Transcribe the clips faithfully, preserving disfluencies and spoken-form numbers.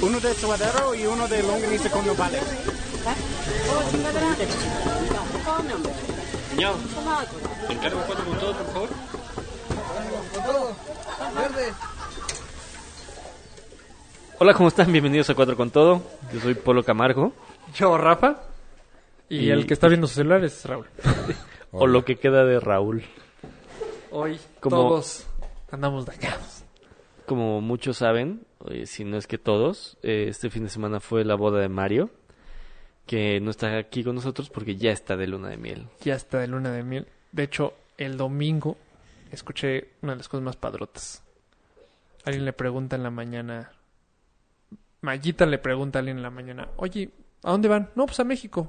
Uno de suadero y uno de longaniza con nopales. Señor, ¿te encargo cuatro con todo, por favor? Con todo. Verde. Hola, ¿cómo están? Bienvenidos a Cuatro con Todo. Yo soy Polo Camargo. Yo, Rafa. Y, Y- el que está viendo su celular es Raúl. O lo que queda de Raúl. Hoy Como- todos andamos dañados. Como muchos saben, eh, si no es que todos, eh, este fin de semana fue la boda de Mario, que no está aquí con nosotros porque ya está de luna de miel. Ya está de luna de miel. De hecho, el domingo escuché una de las cosas más padrotas. Alguien le pregunta en la mañana... Mayita le pregunta a alguien en la mañana, oye, ¿a dónde van? No, pues a México.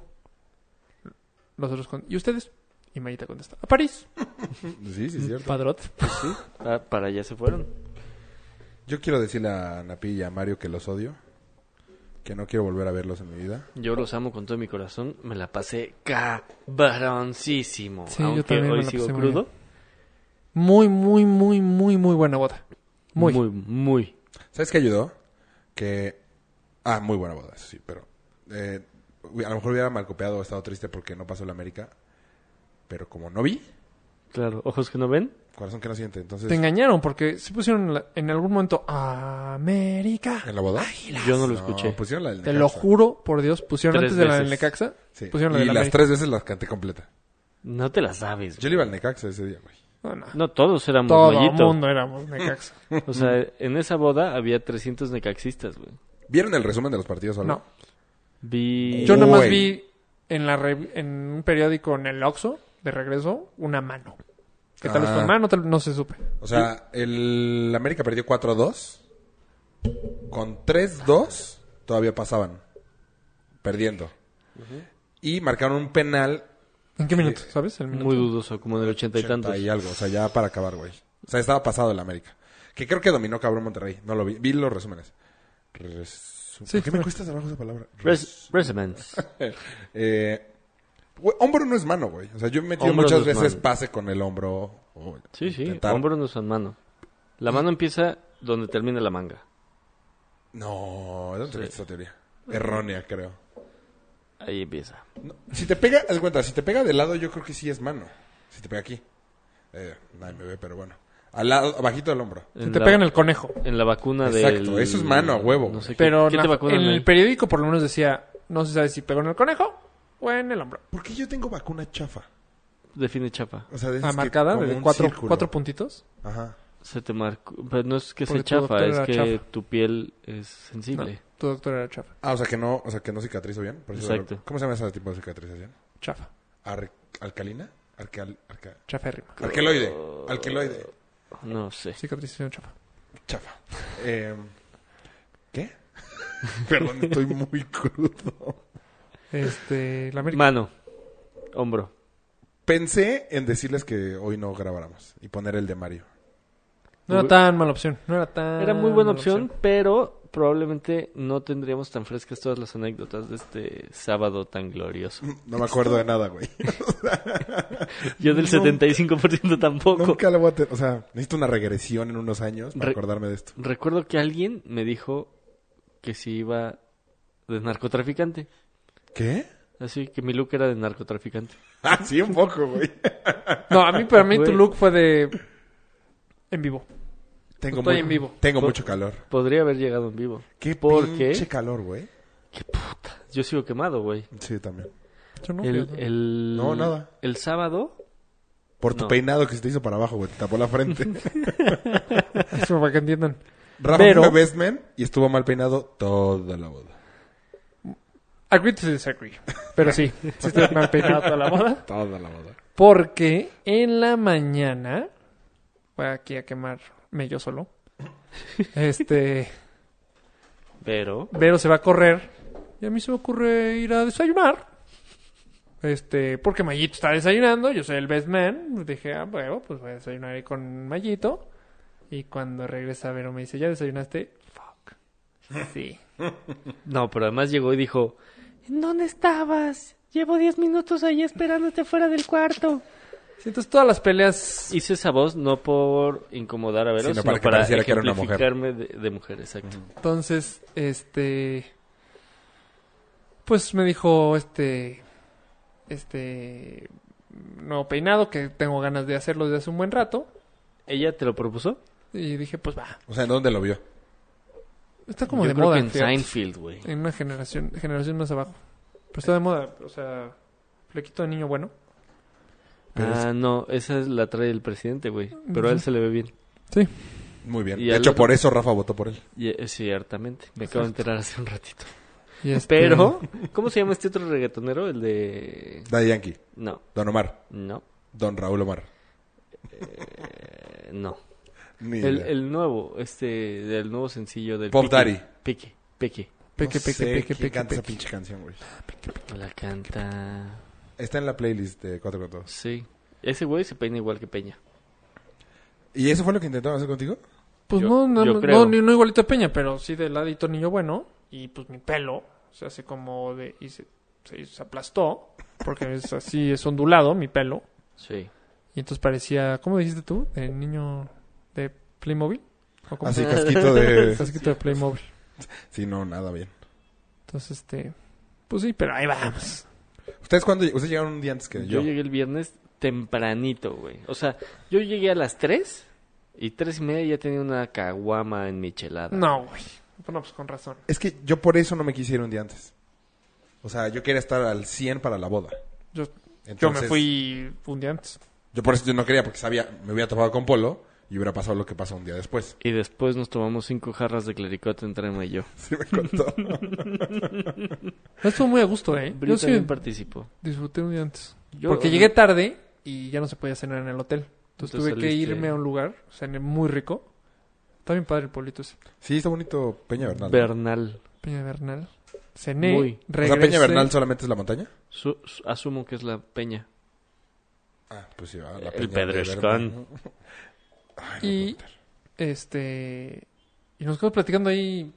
Los otros con... ¿Y ustedes? Y Mayita contesta, a París. Sí, sí, es cierto. Padrot. Sí, ah, para allá se fueron. Yo quiero decirle a Napi y a Mario que los odio. Que no quiero volver a verlos en mi vida. Yo los amo con todo mi corazón. Me la pasé cabroncísimo. Sí, yo aunque también me hoy la sigo pasé muy crudo. bien. Muy, muy, muy, muy, muy buena boda. Muy. Muy, muy. ¿Sabes qué ayudó? Que... Ah, muy buena boda, eso sí, pero... Eh, a lo mejor hubiera mal copiado o estado triste porque no pasó la América. Pero como no vi, Claro, ojos que no ven. corazón que no siente. Entonces, Te engañaron porque se pusieron en, la- en algún momento América. ¿en la boda? Yo no lo escuché. No, pusieron la del Te Necaxa. lo juro por Dios, pusieron Tres antes de la del veces. Necaxa. Sí. Pusieron la Y de la las América. tres veces las canté completa. No te la sabes. Yo le iba al Necaxa ese día, güey. No, no. No, todos éramos Todo el Mayito. mundo éramos Necaxa. O sea, en esa boda había trescientos necaxistas, güey. ¿Vieron el resumen de los partidos o algo? No. Vi... Yo nomás Güey. vi en la rev- en un periódico en el Oxxo, de regreso, una mano. Que tal vez Ah. fue mano, tal- no se supe. O sea, el América perdió cuatro a dos. Con tres dos todavía pasaban. Perdiendo. Y marcaron un penal ¿En qué minuto? ¿Sabes? El minuto. Muy dudoso, como en el ochenta y ochenta tantos. y algo. O sea, ya para acabar, güey. O sea, estaba pasado el América. Que creo que dominó cabrón Monterrey. No lo vi. Vi los resúmenes. Resu- Sí, ¿Por qué me fue. cuesta trabajo esa palabra? Res- Resonance. Eh, güey, hombro no es mano, güey. O sea, yo he metido Hombro muchas no es veces mano. pase con el hombro. o Sí, sí, intentar. hombros no son mano. La mano empieza donde termina la manga. No, ¿de dónde Sí. viste esa teoría? Errónea, creo. Ahí empieza. No, si te pega, haz de cuenta, si te pega de lado, yo creo que sí es mano. Si te pega aquí. Eh, nadie me ve, pero bueno. Al lado, abajito del hombro. Se En te la- pega en el conejo. En la vacuna del... Exacto, eso es mano a huevo, No sé qué. Pero ¿Qué la- te vacunan en ahí? el periódico por lo menos decía, no se sabe si pegó en el conejo o en el hombro. ¿Por qué yo tengo vacuna chafa? Define chapa. O sea, de esas Ah, que marcada, como de un cuatro, círculo. cuatro puntitos. Ajá. Se te marcó... Pero no es que Porque sea tu chafa, doctor es era que chafa. tu piel es No, sensible. tu doctor era chafa. Ah, o sea que no, o sea que no cicatrizo bien. Por eso- Exacto. ¿Cómo se llama ese tipo de cicatrización? Chafa. Ar- ¿Alcalina? Arcal, arca- Chaférrima. Alqueloide. Alqueloide. No sé. Cicatrización chafa. Chafa. Eh, ¿Qué? Perdón, estoy muy crudo. Este, la América. Mano. Hombro. Pensé en decirles que hoy no grabáramos y poner el de Mario. No era tan mala opción. No era tan Era muy buena mala opción, pero probablemente no tendríamos tan frescas todas las anécdotas de este sábado tan glorioso. No me acuerdo de nada, güey. Yo del setenta y cinco por ciento tampoco. Nunca lo voy a tener. O sea, necesito una regresión en unos años para Re- acordarme de esto. Recuerdo que alguien me dijo que si iba de narcotraficante. ¿Qué? Así que mi look era de narcotraficante. Ah, sí, un poco, güey. No, a mí, para mí, tu Güey. look fue de... En vivo. Tengo Estoy mu- en vivo. Tengo Po- mucho calor. Podría haber llegado en vivo. Qué ¿Por pinche qué? calor, güey. Qué puta. Yo sigo quemado, güey. Sí, también. Yo no, El, fíjate. el, No, nada. El sábado, Por tu No. peinado que se te hizo para abajo, güey. Te tapó la frente. Eso para que entiendan. Rafa Pero- fue best man y estuvo mal peinado toda la boda. Agree to disagree. Pero sí, sí estoy mal peinado toda la boda. Toda la boda. Porque en la mañana... Voy aquí a quemarme yo solo. Este... pero... Vero se va a correr. Y a mí se me ocurre ir a desayunar. Este, porque Mayito está desayunando. Yo soy el best man. Dije, ah, bueno, pues voy a desayunar ahí con Mayito. Y cuando regresa Vero me dice, ¿ya desayunaste? Fuck. Sí. No, pero además llegó y dijo, ¿en dónde estabas? Llevo diez minutos ahí esperándote fuera del cuarto. Sí, entonces todas las peleas... Hice esa voz no por incomodar a Vero, Sino sino, para que para pareciera que era una ejemplificarme de, de mujer, exacto. Entonces, este... Pues me dijo, este... Este... Nuevo peinado, que tengo ganas de hacerlo desde hace un buen rato. ¿Ella te lo propuso? Y dije, pues va. O sea, ¿en dónde lo vio? Está como Yo de creo moda. que en fíjate. Seinfeld, güey. En una generación, generación más abajo. Pero está de moda, o sea... Flequito de niño bueno. Pero Ah, no, esa es la trae el presidente, güey. Pero a él se le ve bien. Sí. Muy bien. Y De al hecho, otro- por eso Rafa votó por él. Y, eh, ciertamente. Me acabo de enterar hace un ratito. Y este- Pero, ¿cómo se llama este otro reggaetonero? El de... Daddy Yankee, No, Don Omar, no, Don Raúl Omar. eh, no. Ni El, idea. el nuevo, este, del nuevo sencillo del Pop Pique. Daddy. Pique, Pique. Peque, No peque, sé peque, quién peque, canta esa peque. pinche canción, güey. La canta... Está en la playlist de cuatro con dos. Sí. Ese güey se peina igual que Peña. ¿Y eso fue lo que intentaron hacer contigo? Pues Yo- no, no, yo no, creo. no, ni- no igualito a Peña, pero sí del ladito niño bueno. Y pues mi pelo se hace como de... Y se, se, se aplastó, porque es así, es ondulado mi pelo. Sí. Y entonces parecía... ¿Cómo dijiste tú? ¿De niño de Playmobil? ¿O cómo? Así, casquito de... Casquito de Playmobil. Sí, no, nada bien. Entonces, este... Pues sí, pero ahí vamos. ¿Ustedes cuándo? Ustedes llegaron un día antes que Yo yo. llegué el viernes tempranito, güey. O sea, yo llegué a las tres y tres y media ya tenía una caguama en mi chelada. No, güey. Bueno, pues con razón. Es que yo por eso no me quise ir un día antes. O sea, yo quería estar al cien para la boda. Yo, yo Entonces, me fui un día antes. Yo por eso yo no quería, porque sabía, me hubiera topado con Polo y hubiera pasado lo que pasó un día después. Y después nos tomamos cinco jarras de clericot entre Emma y yo. Sí me contó. Estuvo muy a gusto, ¿eh? Bri Yo sí también participó. disfruté un día antes. Yo- Porque llegué tarde y ya no se podía cenar en el hotel. Entonces, Entonces tuve que saliste- irme a un lugar, cené muy rico. Está bien padre el pueblito ese. Sí, está bonito Peña Bernal. ¿no? Bernal. Peña Bernal. Cené, Muy. O sea, regresé. Peña Bernal solamente es la montaña. Su- su- asumo que es la peña. Ah, pues sí, va, la El Peña de Pedrescón. Bernal. Ay, no Y, puedo creer. este... Y nos quedamos platicando ahí,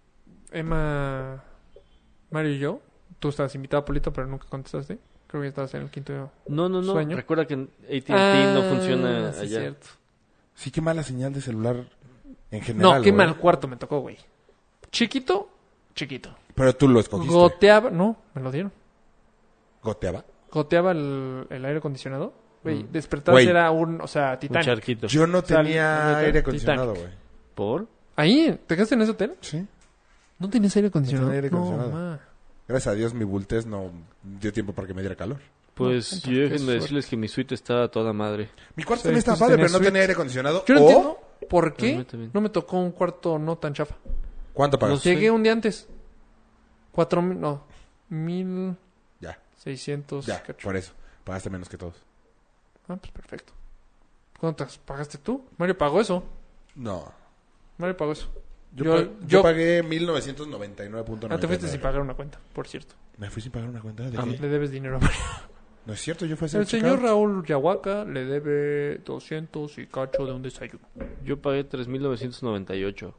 Emma, Mario y yo. Tú estabas invitado, Polito, pero nunca contestaste. Creo que estabas en el quinto... No, no, no. ¿Sueño? Recuerda que en A T and T Ah, no funciona sí, allá. cierto. Sí, qué mala señal de celular en general. No, qué güey. mal cuarto me tocó, güey. Chiquito, chiquito. Pero tú lo escogiste. Goteaba, no, me lo dieron. ¿Goteaba? Goteaba el, el aire acondicionado. Güey, Mm. despertarse Güey. era un, o sea, Un Titanic. charquito. Yo no O sea, tenía ¿neta? aire acondicionado, güey. ¿Por? Ahí, ¿te quedaste en ese hotel? Sí. ¿No tenías aire acondicionado? No tenía aire acondicionado. No, ma. Gracias a Dios mi bultés no dio tiempo para que me diera calor. Pues No, yo qué déjenme suerte. decirles que mi suite estaba a toda madre. Mi cuarto Sí, también estaba pues, padre, tenía pero no suite. tenía aire acondicionado. Yo no O- entiendo por A mí qué también. no me tocó un cuarto no tan chafa. ¿Cuánto pagas? No sé. Llegué un día antes. Cuatro mil, no, mil Ya, seiscientos. ya, cacho. por eso. Pagaste menos que todos. Ah, pues perfecto. ¿Cuánto pagaste tú? Mario pagó eso. No. Mario pagó eso. Yo, Yo- pa- yo yo- pagué mil novecientos noventa y nueve punto Ah, noventa te y fuiste nueve. sin pagar una cuenta, por cierto. ¿Me fui sin pagar una cuenta? ¿De Ah, qué? Le debes dinero a Mario. No es cierto, yo fui a hacer El señor checkout. Raúl Yahuaca le debe doscientos y cacho de un desayuno. Yo pagué tres mil novecientos noventa y ocho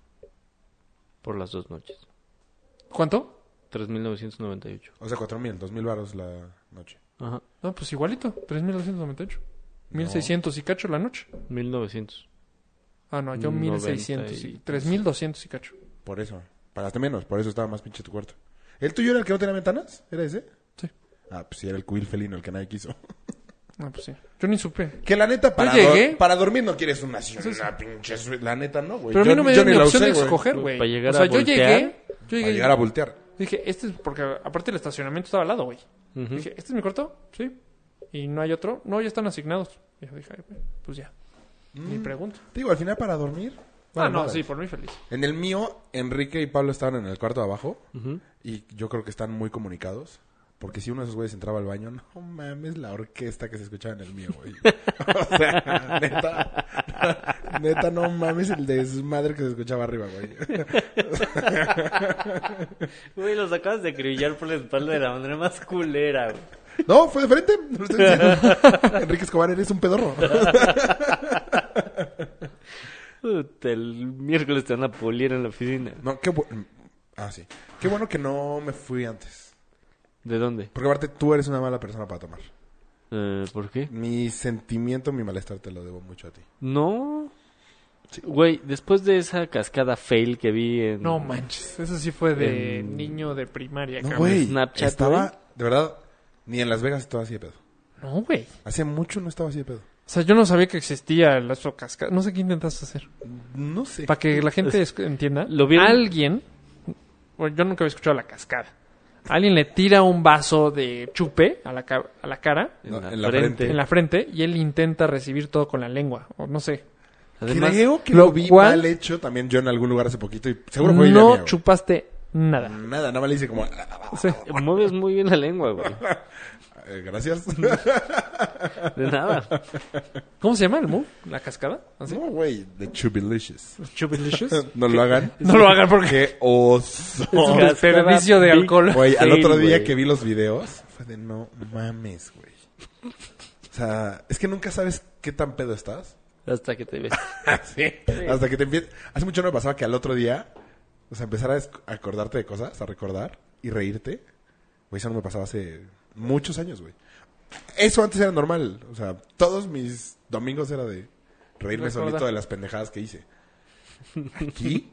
por las dos noches. ¿Cuánto? tres mil novecientos noventa y ocho. O sea, cuatro mil, dos mil baros la noche. Ajá. No, pues igualito, tres mil novecientos noventa y ocho. No. mil seiscientos y cacho la noche. mil novecientos. Ah, no, yo mil seiscientos noventa y y- tres mil doscientos y cacho. Por eso. Pagaste menos, por eso estaba más pinche tu cuarto. ¿El tuyo era el que no tenía ventanas? ¿Era ese? Sí. Ah, pues sí, era el cubil felino, el que nadie quiso. Ah, pues sí. Yo ni supe. Que la neta, para, llegué. dor- para dormir no quieres una, sí. una pinche suite. La neta, no, güey. Pero a Yo- mí no me yo dio ni la opción usé, de güey. escoger, güey. Para llegar o sea, a yo voltear. llegué, yo Para llegué, llegar a voltear. dije, este es porque aparte el estacionamiento estaba al lado, güey. Ujú. Dije, ¿este es mi cuarto? Sí. ¿Y no hay otro? No, ya están asignados. Y yo dije, "Ay, güey, pues ya. Ni pregunto. Te digo, al final para dormir. Ah, bueno, no, nada. sí, por mí feliz. En el mío, Enrique y Pablo estaban en el cuarto de abajo. Ujú. Y yo creo que están muy comunicados. Porque si uno de esos güeyes entraba al baño, no mames la orquesta que se escuchaba en el mío, güey. O sea, neta, neta, no mames el desmadre que se escuchaba arriba, güey. Güey, los acabas de acribillar por la espalda de la manera más culera, güey. No, fue de frente. No lo estoy diciendo. Enrique Escobar, eres un pedorro. Puta, el miércoles te van a pulir en la oficina. No, qué bueno. Ah, sí. Qué bueno que no me fui antes. ¿De dónde? Porque aparte tú eres una mala persona para tomar. Eh, ¿Por qué? Mi sentimiento, mi malestar te lo debo mucho a ti. No. Sí. Güey, después de esa cascada fail que vi en... No manches, eso sí fue de En- niño de primaria, No, cabrón. güey. Snapchat, Estaba, de verdad, ni en Las Vegas estaba así de pedo. No, güey. Hace mucho no estaba así de pedo. O sea, yo no sabía que existía el astro cascada. No sé qué intentaste hacer. No sé. Para que la gente es- entienda, ¿Lo vieron? alguien, bueno, yo nunca había escuchado la cascada. Alguien le tira un vaso de chupe a la, ca- a la cara, No, en, la en la frente. frente. en la frente, y él intenta recibir todo con la lengua. O no sé. Además, Creo que lo lo vi cual- mal hecho también yo en algún lugar hace poquito y seguro fue idea No mía, güey. chupaste nada. Nada, nada más le hice como... Sí. mueves muy bien la lengua, güey. eh, gracias. De nada. ¿Cómo se llama el move? ¿La cascada? ¿Así? No, güey, de Chubbilicious. Chupilicious. No lo hagan. No lo hagan porque Qué oso. es un desperdicio de Big- alcohol. Güey, al Fail, otro día güey. que vi los videos, fue de no mames, güey. O sea, es que nunca sabes qué tan pedo estás. Hasta que te ves. Sí. Hasta que te empiezas... Hace mucho no me pasaba que al otro día, o sea, empezar a esc- a acordarte de cosas, a recordar y reírte. Güey, eso no me pasaba hace muchos años, güey. Eso antes era normal. O sea, todos mis domingos era de reírme Recordar. solito de las pendejadas que hice. Aquí...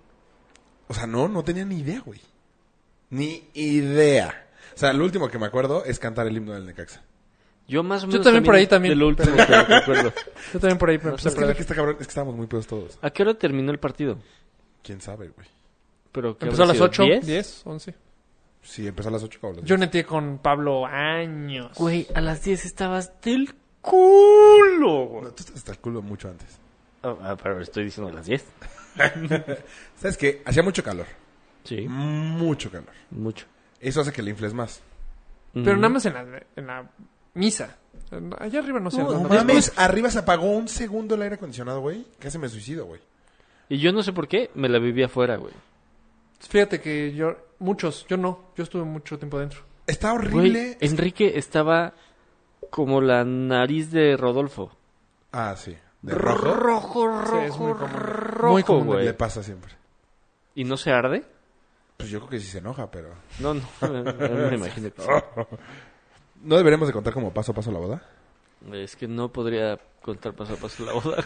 O sea, no, no tenía ni idea, güey. Ni idea. O sea, lo último que me acuerdo es cantar el himno del Necaxa. Yo más o Yo menos... también por ahí también. De lo último que recuerdo. Yo también por ahí me empecé a Es que lo perder. que está cabrón es que estábamos muy pedos todos. ¿A qué hora terminó el partido? ¿Quién sabe, güey? Pero ¿qué Empezó a habrá las sido? ocho, ¿diez? diez, once. Sí, empezó a las ocho, cabrón. Yo neteé con Pablo años. Güey, a las diez estabas del culo, güey. No, tú estás hasta el culo mucho antes. Ah, ah, pero estoy diciendo a las diez. ¿Sabes qué? Hacía mucho calor. Sí, Mucho calor. mucho. Eso hace que le infles más. Pero Ujú. nada más en la, en la misa. Allá arriba no sé. No, no, mames, arriba se apagó un segundo el aire acondicionado, güey. Casi me suicido, güey. Y yo no sé por qué, me la viví afuera, güey. Fíjate que yo, muchos, yo no. Yo estuve mucho tiempo dentro. Está Güey, horrible. Enrique estaba como la nariz de Rodolfo. Ah, sí. De rojo. Rojo, rojo, Sí, es muy común. rojo, Muy común, güey. Le pasa siempre. ¿Y no se arde? Pues yo creo que sí se enoja, pero... No, no, me imagino que sí. ¿No deberíamos de contar como paso a paso la boda? Es que no podría contar paso a paso la boda.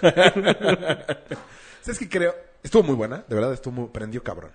¿Sabes qué creo? Estuvo muy buena, de verdad, estuvo muy... Prendió cabrón.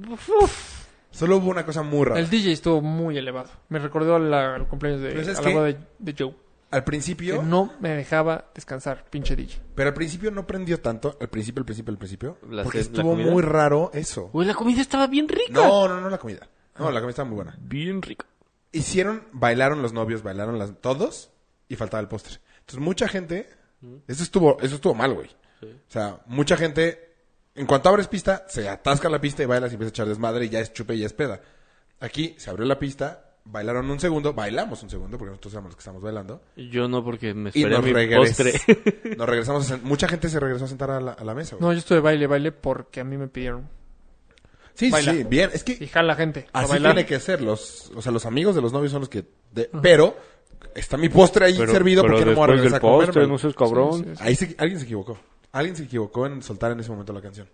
Solo hubo una cosa muy rara. El D J estuvo muy elevado. Me recordó la- el cumpleaños de, Pero ¿sabes a la qué? boda de, de Joe. Al principio... Que no me dejaba descansar, pinche D J. Pero al principio no prendió tanto. Al principio, al principio, al principio. La porque ce- la estuvo comida. muy raro eso. Güey, la comida estaba bien rica. No, no, no la comida. No, la comida estaba muy buena. Bien rica. Hicieron, bailaron los novios, bailaron las, todos y faltaba el postre. Entonces mucha gente, eso estuvo, eso estuvo mal, güey. Sí. O sea, mucha gente, en cuanto abres pista, se atasca la pista y bailas y empieza a echar desmadre y ya es chupe y ya es peda. Aquí se abrió la pista, bailaron un segundo, bailamos un segundo porque nosotros éramos los que estamos bailando. Yo no, porque me Y esperé a nos, mi regres- postre. nos regresamos a sen- mucha gente se regresó a sentar a la, a la mesa, güey. No, yo estuve baile, baile porque a mí me pidieron. Sí, baila. sí, bien. Es que Y jala gente. a así bailar. tiene que ser. Los, o sea, los amigos de los novios son los que... de- pero está mi postre ahí servido porque no me voy a regresar a comerme. no seas cabrón. Sí, sí, sí. Ahí se- alguien se equivocó. Alguien se equivocó en soltar en ese momento la canción.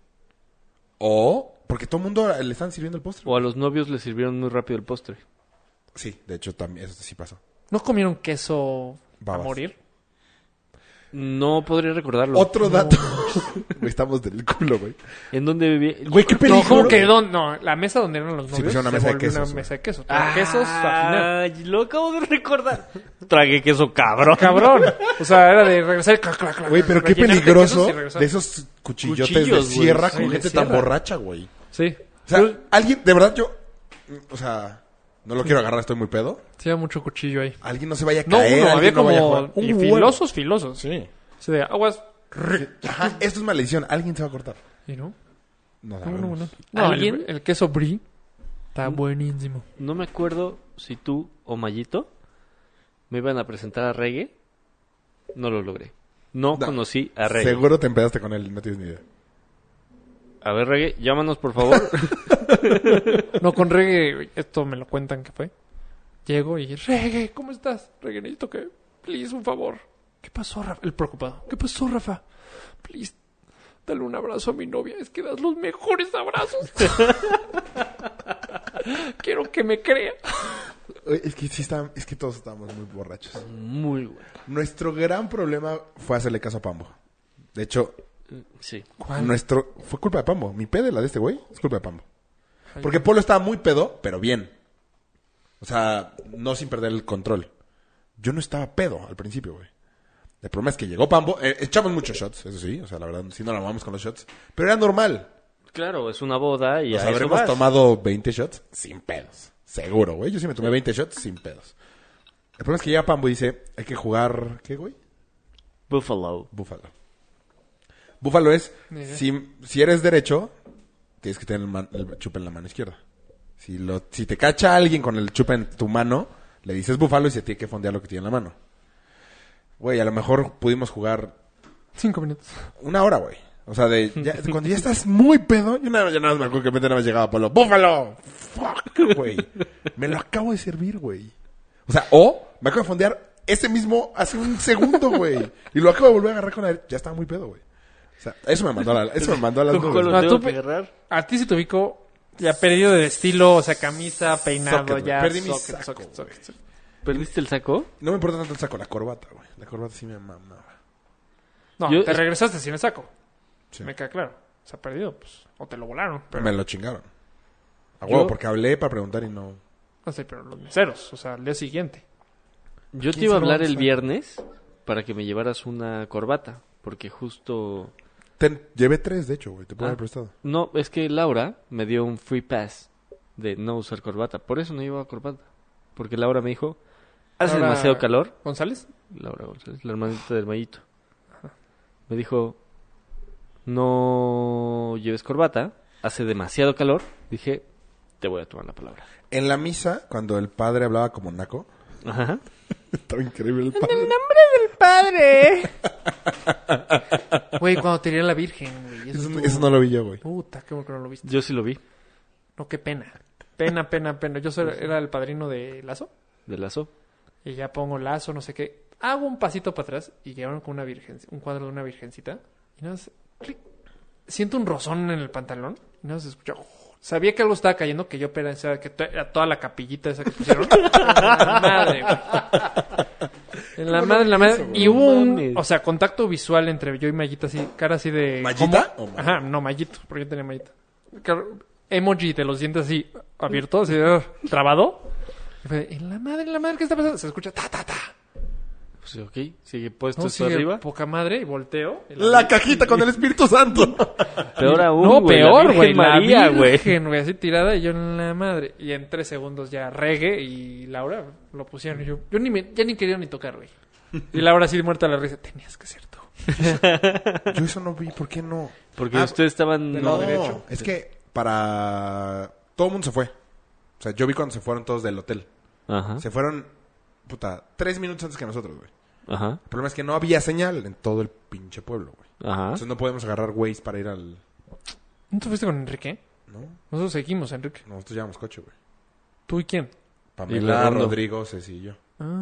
O porque todo el mundo le están sirviendo el postre. O a los novios les sirvieron muy rápido el postre. Sí, de hecho también eso sí pasó. ¿No comieron queso Babas. a morir? No podría recordarlo. Otro dato. Güey, estamos del culo, güey. ¿En dónde viví? Güey, qué No, peligro. ¿cómo que dónde? No, la mesa donde eran los Sí, novios pusieron una se mesa de volvió quesos, una güey. mesa de quesos. Pero quesos a final. Ay, lo acabo de recordar. Tragué queso cabrón. Cabrón. O sea, era de regresar y clac, clac, clac, Güey, pero qué rellenarte de peligroso quesos y regresar. de esos cuchillotes Cuchillos, de güey. sierra Sí, con de gente tan sierra. borracha, güey. Sí. O sea, alguien, de verdad yo... O sea, no lo quiero agarrar, estoy muy pedo. Sí, había mucho cuchillo ahí. Alguien no se vaya a No, caer. uno, había alguien no vaya a como jugar. y Un huevo. filosos, filosos. Sí. Sí, de aguas. Ajá, esto es maldición. Alguien se va a cortar. ¿Y no? No, No, no, sabemos. no. No, ¿Alguien? El, el queso brie está buenísimo. No me acuerdo si tú o Mayito me iban a presentar a Reggae. No lo logré. No, No. conocí a Reggae. Seguro te empedaste con él, no tienes ni idea. A ver, Reggae, llámanos por favor. No, con reggae, esto me lo cuentan que fue. Llego y, reggae, ¿cómo estás? Reggae, necesito que, please, un favor. ¿Qué pasó, Rafa? El preocupado. ¿Qué pasó, Rafa? Please, dale un abrazo a mi novia. Es que das los mejores abrazos. Quiero que me crea. Oye, es que sí está, es que todos estábamos muy borrachos. Muy bueno. Nuestro gran problema fue hacerle caso a Pambo. De hecho, Sí. ¿Cuál? nuestro fue culpa de Pambo. Mi pede, la de este güey, es culpa de Pambo. Porque Polo estaba muy pedo, pero bien. O sea, no sin perder el control. Yo no estaba pedo al principio, güey. El problema es que llegó Pambo. Eh, echamos muchos shots, eso sí. O sea, la verdad, sí nos la mamamos con los shots. Pero era normal. Claro, es una boda y Nos a eso habremos vas. tomado veinte shots sin pedos. Seguro, güey. Yo sí me tomé veinte shots sin pedos. El problema es que llega Pambo y dice, hay que jugar... ¿Qué, güey? Buffalo. Búfalo. Búfalo es, Ni idea. si, si eres derecho, tienes que tener el, man- el chupe en la mano izquierda. Si lo, si te cacha alguien con el chupe en tu mano, le dices búfalo y se tiene que fondear lo que tiene en la mano. Güey, a lo mejor pudimos jugar Cinco minutos. una hora, güey. O sea, de, ya- cuando ya estás muy pedo, yo nada, ya nada más me acuerdo que de repente nada más llegaba Polo. ¡Búfalo! ¡Fuck, güey! Me lo acabo de servir, güey. O sea, o me acabo de fondear ese mismo hace un segundo, güey. Y lo acabo de volver a agarrar con la... Ya estaba muy pedo, güey. O sea, eso me mandó a, la, eso me mandó a las ¿Con nubes. cuál lo güey. No, tengo tú que pe- agarrar? A ti sí te ubico ya perdido de estilo, o sea, camisa, peinado, Socket, güey. ya. Perdí mi socket, saco, socket, güey. socket, socket. ¿Perdiste el saco? No me importa tanto el saco, la corbata, güey. La corbata sí me mamaba. No, Yo- te regresaste sin el saco. Sí. Me queda claro. Se ha perdido, pues. O te lo volaron. Pero, Me lo chingaron. A Yo- huevo, porque hablé para preguntar y no... no sé, pero los meseros, o sea, al día siguiente. Yo te ¿Quién iba a se lo hablar va a el usar? viernes para que me llevaras una corbata. Porque justo... Ten- llevé tres, de hecho, güey. Te puedo Ah. haber prestado. No, es que Laura me dio un free pass de no usar corbata. Por eso no llevaba corbata. Porque Laura me dijo, hace Laura- demasiado calor. ¿González? Laura González, la hermanita del Mayito. Me dijo, no lleves corbata, hace demasiado calor. Dije, te voy a tomar la palabra. En la misa, cuando el padre hablaba como naco... Ajá. Estaba increíble el padre. ¡Padre! Güey, cuando tenía la Virgen, güey. Eso, Eso, estuvo- eso no lo vi yo, güey. Puta, qué bueno que no lo viste. Yo sí lo vi, No, qué pena. Pena, pena, pena. Yo soy- era el padrino de Lazo. de lazo. Y ya pongo Lazo, no sé qué. Hago un pasito para atrás y llegaron con una virgen, un cuadro de una virgencita. Y nada más, clic. Siento un rozón en el pantalón. Y nada más se escucha. Sabía que algo estaba cayendo, que yo pensaba que to- era toda la capillita esa que pusieron. En la madre, güey. En la madre, en la madre. Y No hubo un, mames. o sea, contacto visual entre yo y Mayita, así, cara así de... ¿Mayita ¿cómo? o May? Ajá, no, Mayito, porque yo tenía Mayita. Cara- Emoji de los dientes así, abiertos, así, uh, trabado. Y fue, en la madre, en la madre, ¿qué está pasando? Se escucha ta, ta, ta. Pues ok, sigue puesto No, esto sigue arriba. poca madre y volteo. y La cajita con el Espíritu Santo. Peor aún, No, güey, la peor, Virgen güey. La María, güey. Virgen, güey, así tirada y yo en la madre. Y en tres segundos ya Reggae y Laura lo pusieron. Y yo, yo ni me, ya ni quería ni tocar, güey. Y Laura así muerta de la risa. Tenías que ser tú. Yo eso no vi, ¿por qué no? Porque Ah, ustedes estaban... del No, lado derecho. es que para... Todo el mundo se fue. O sea, yo vi cuando se fueron todos del hotel. Ajá, Se fueron, puta, tres minutos antes que nosotros, güey. ajá, El problema es que no había señal en todo el pinche pueblo, güey. ajá. Entonces no podemos agarrar Waze para ir al... ¿No te fuiste con Enrique? ¿No? Nosotros seguimos, Enrique. Nosotros llevamos coche, güey. ¿Tú y quién? Pamela, Redondo. Rodrigo, Ceci y yo.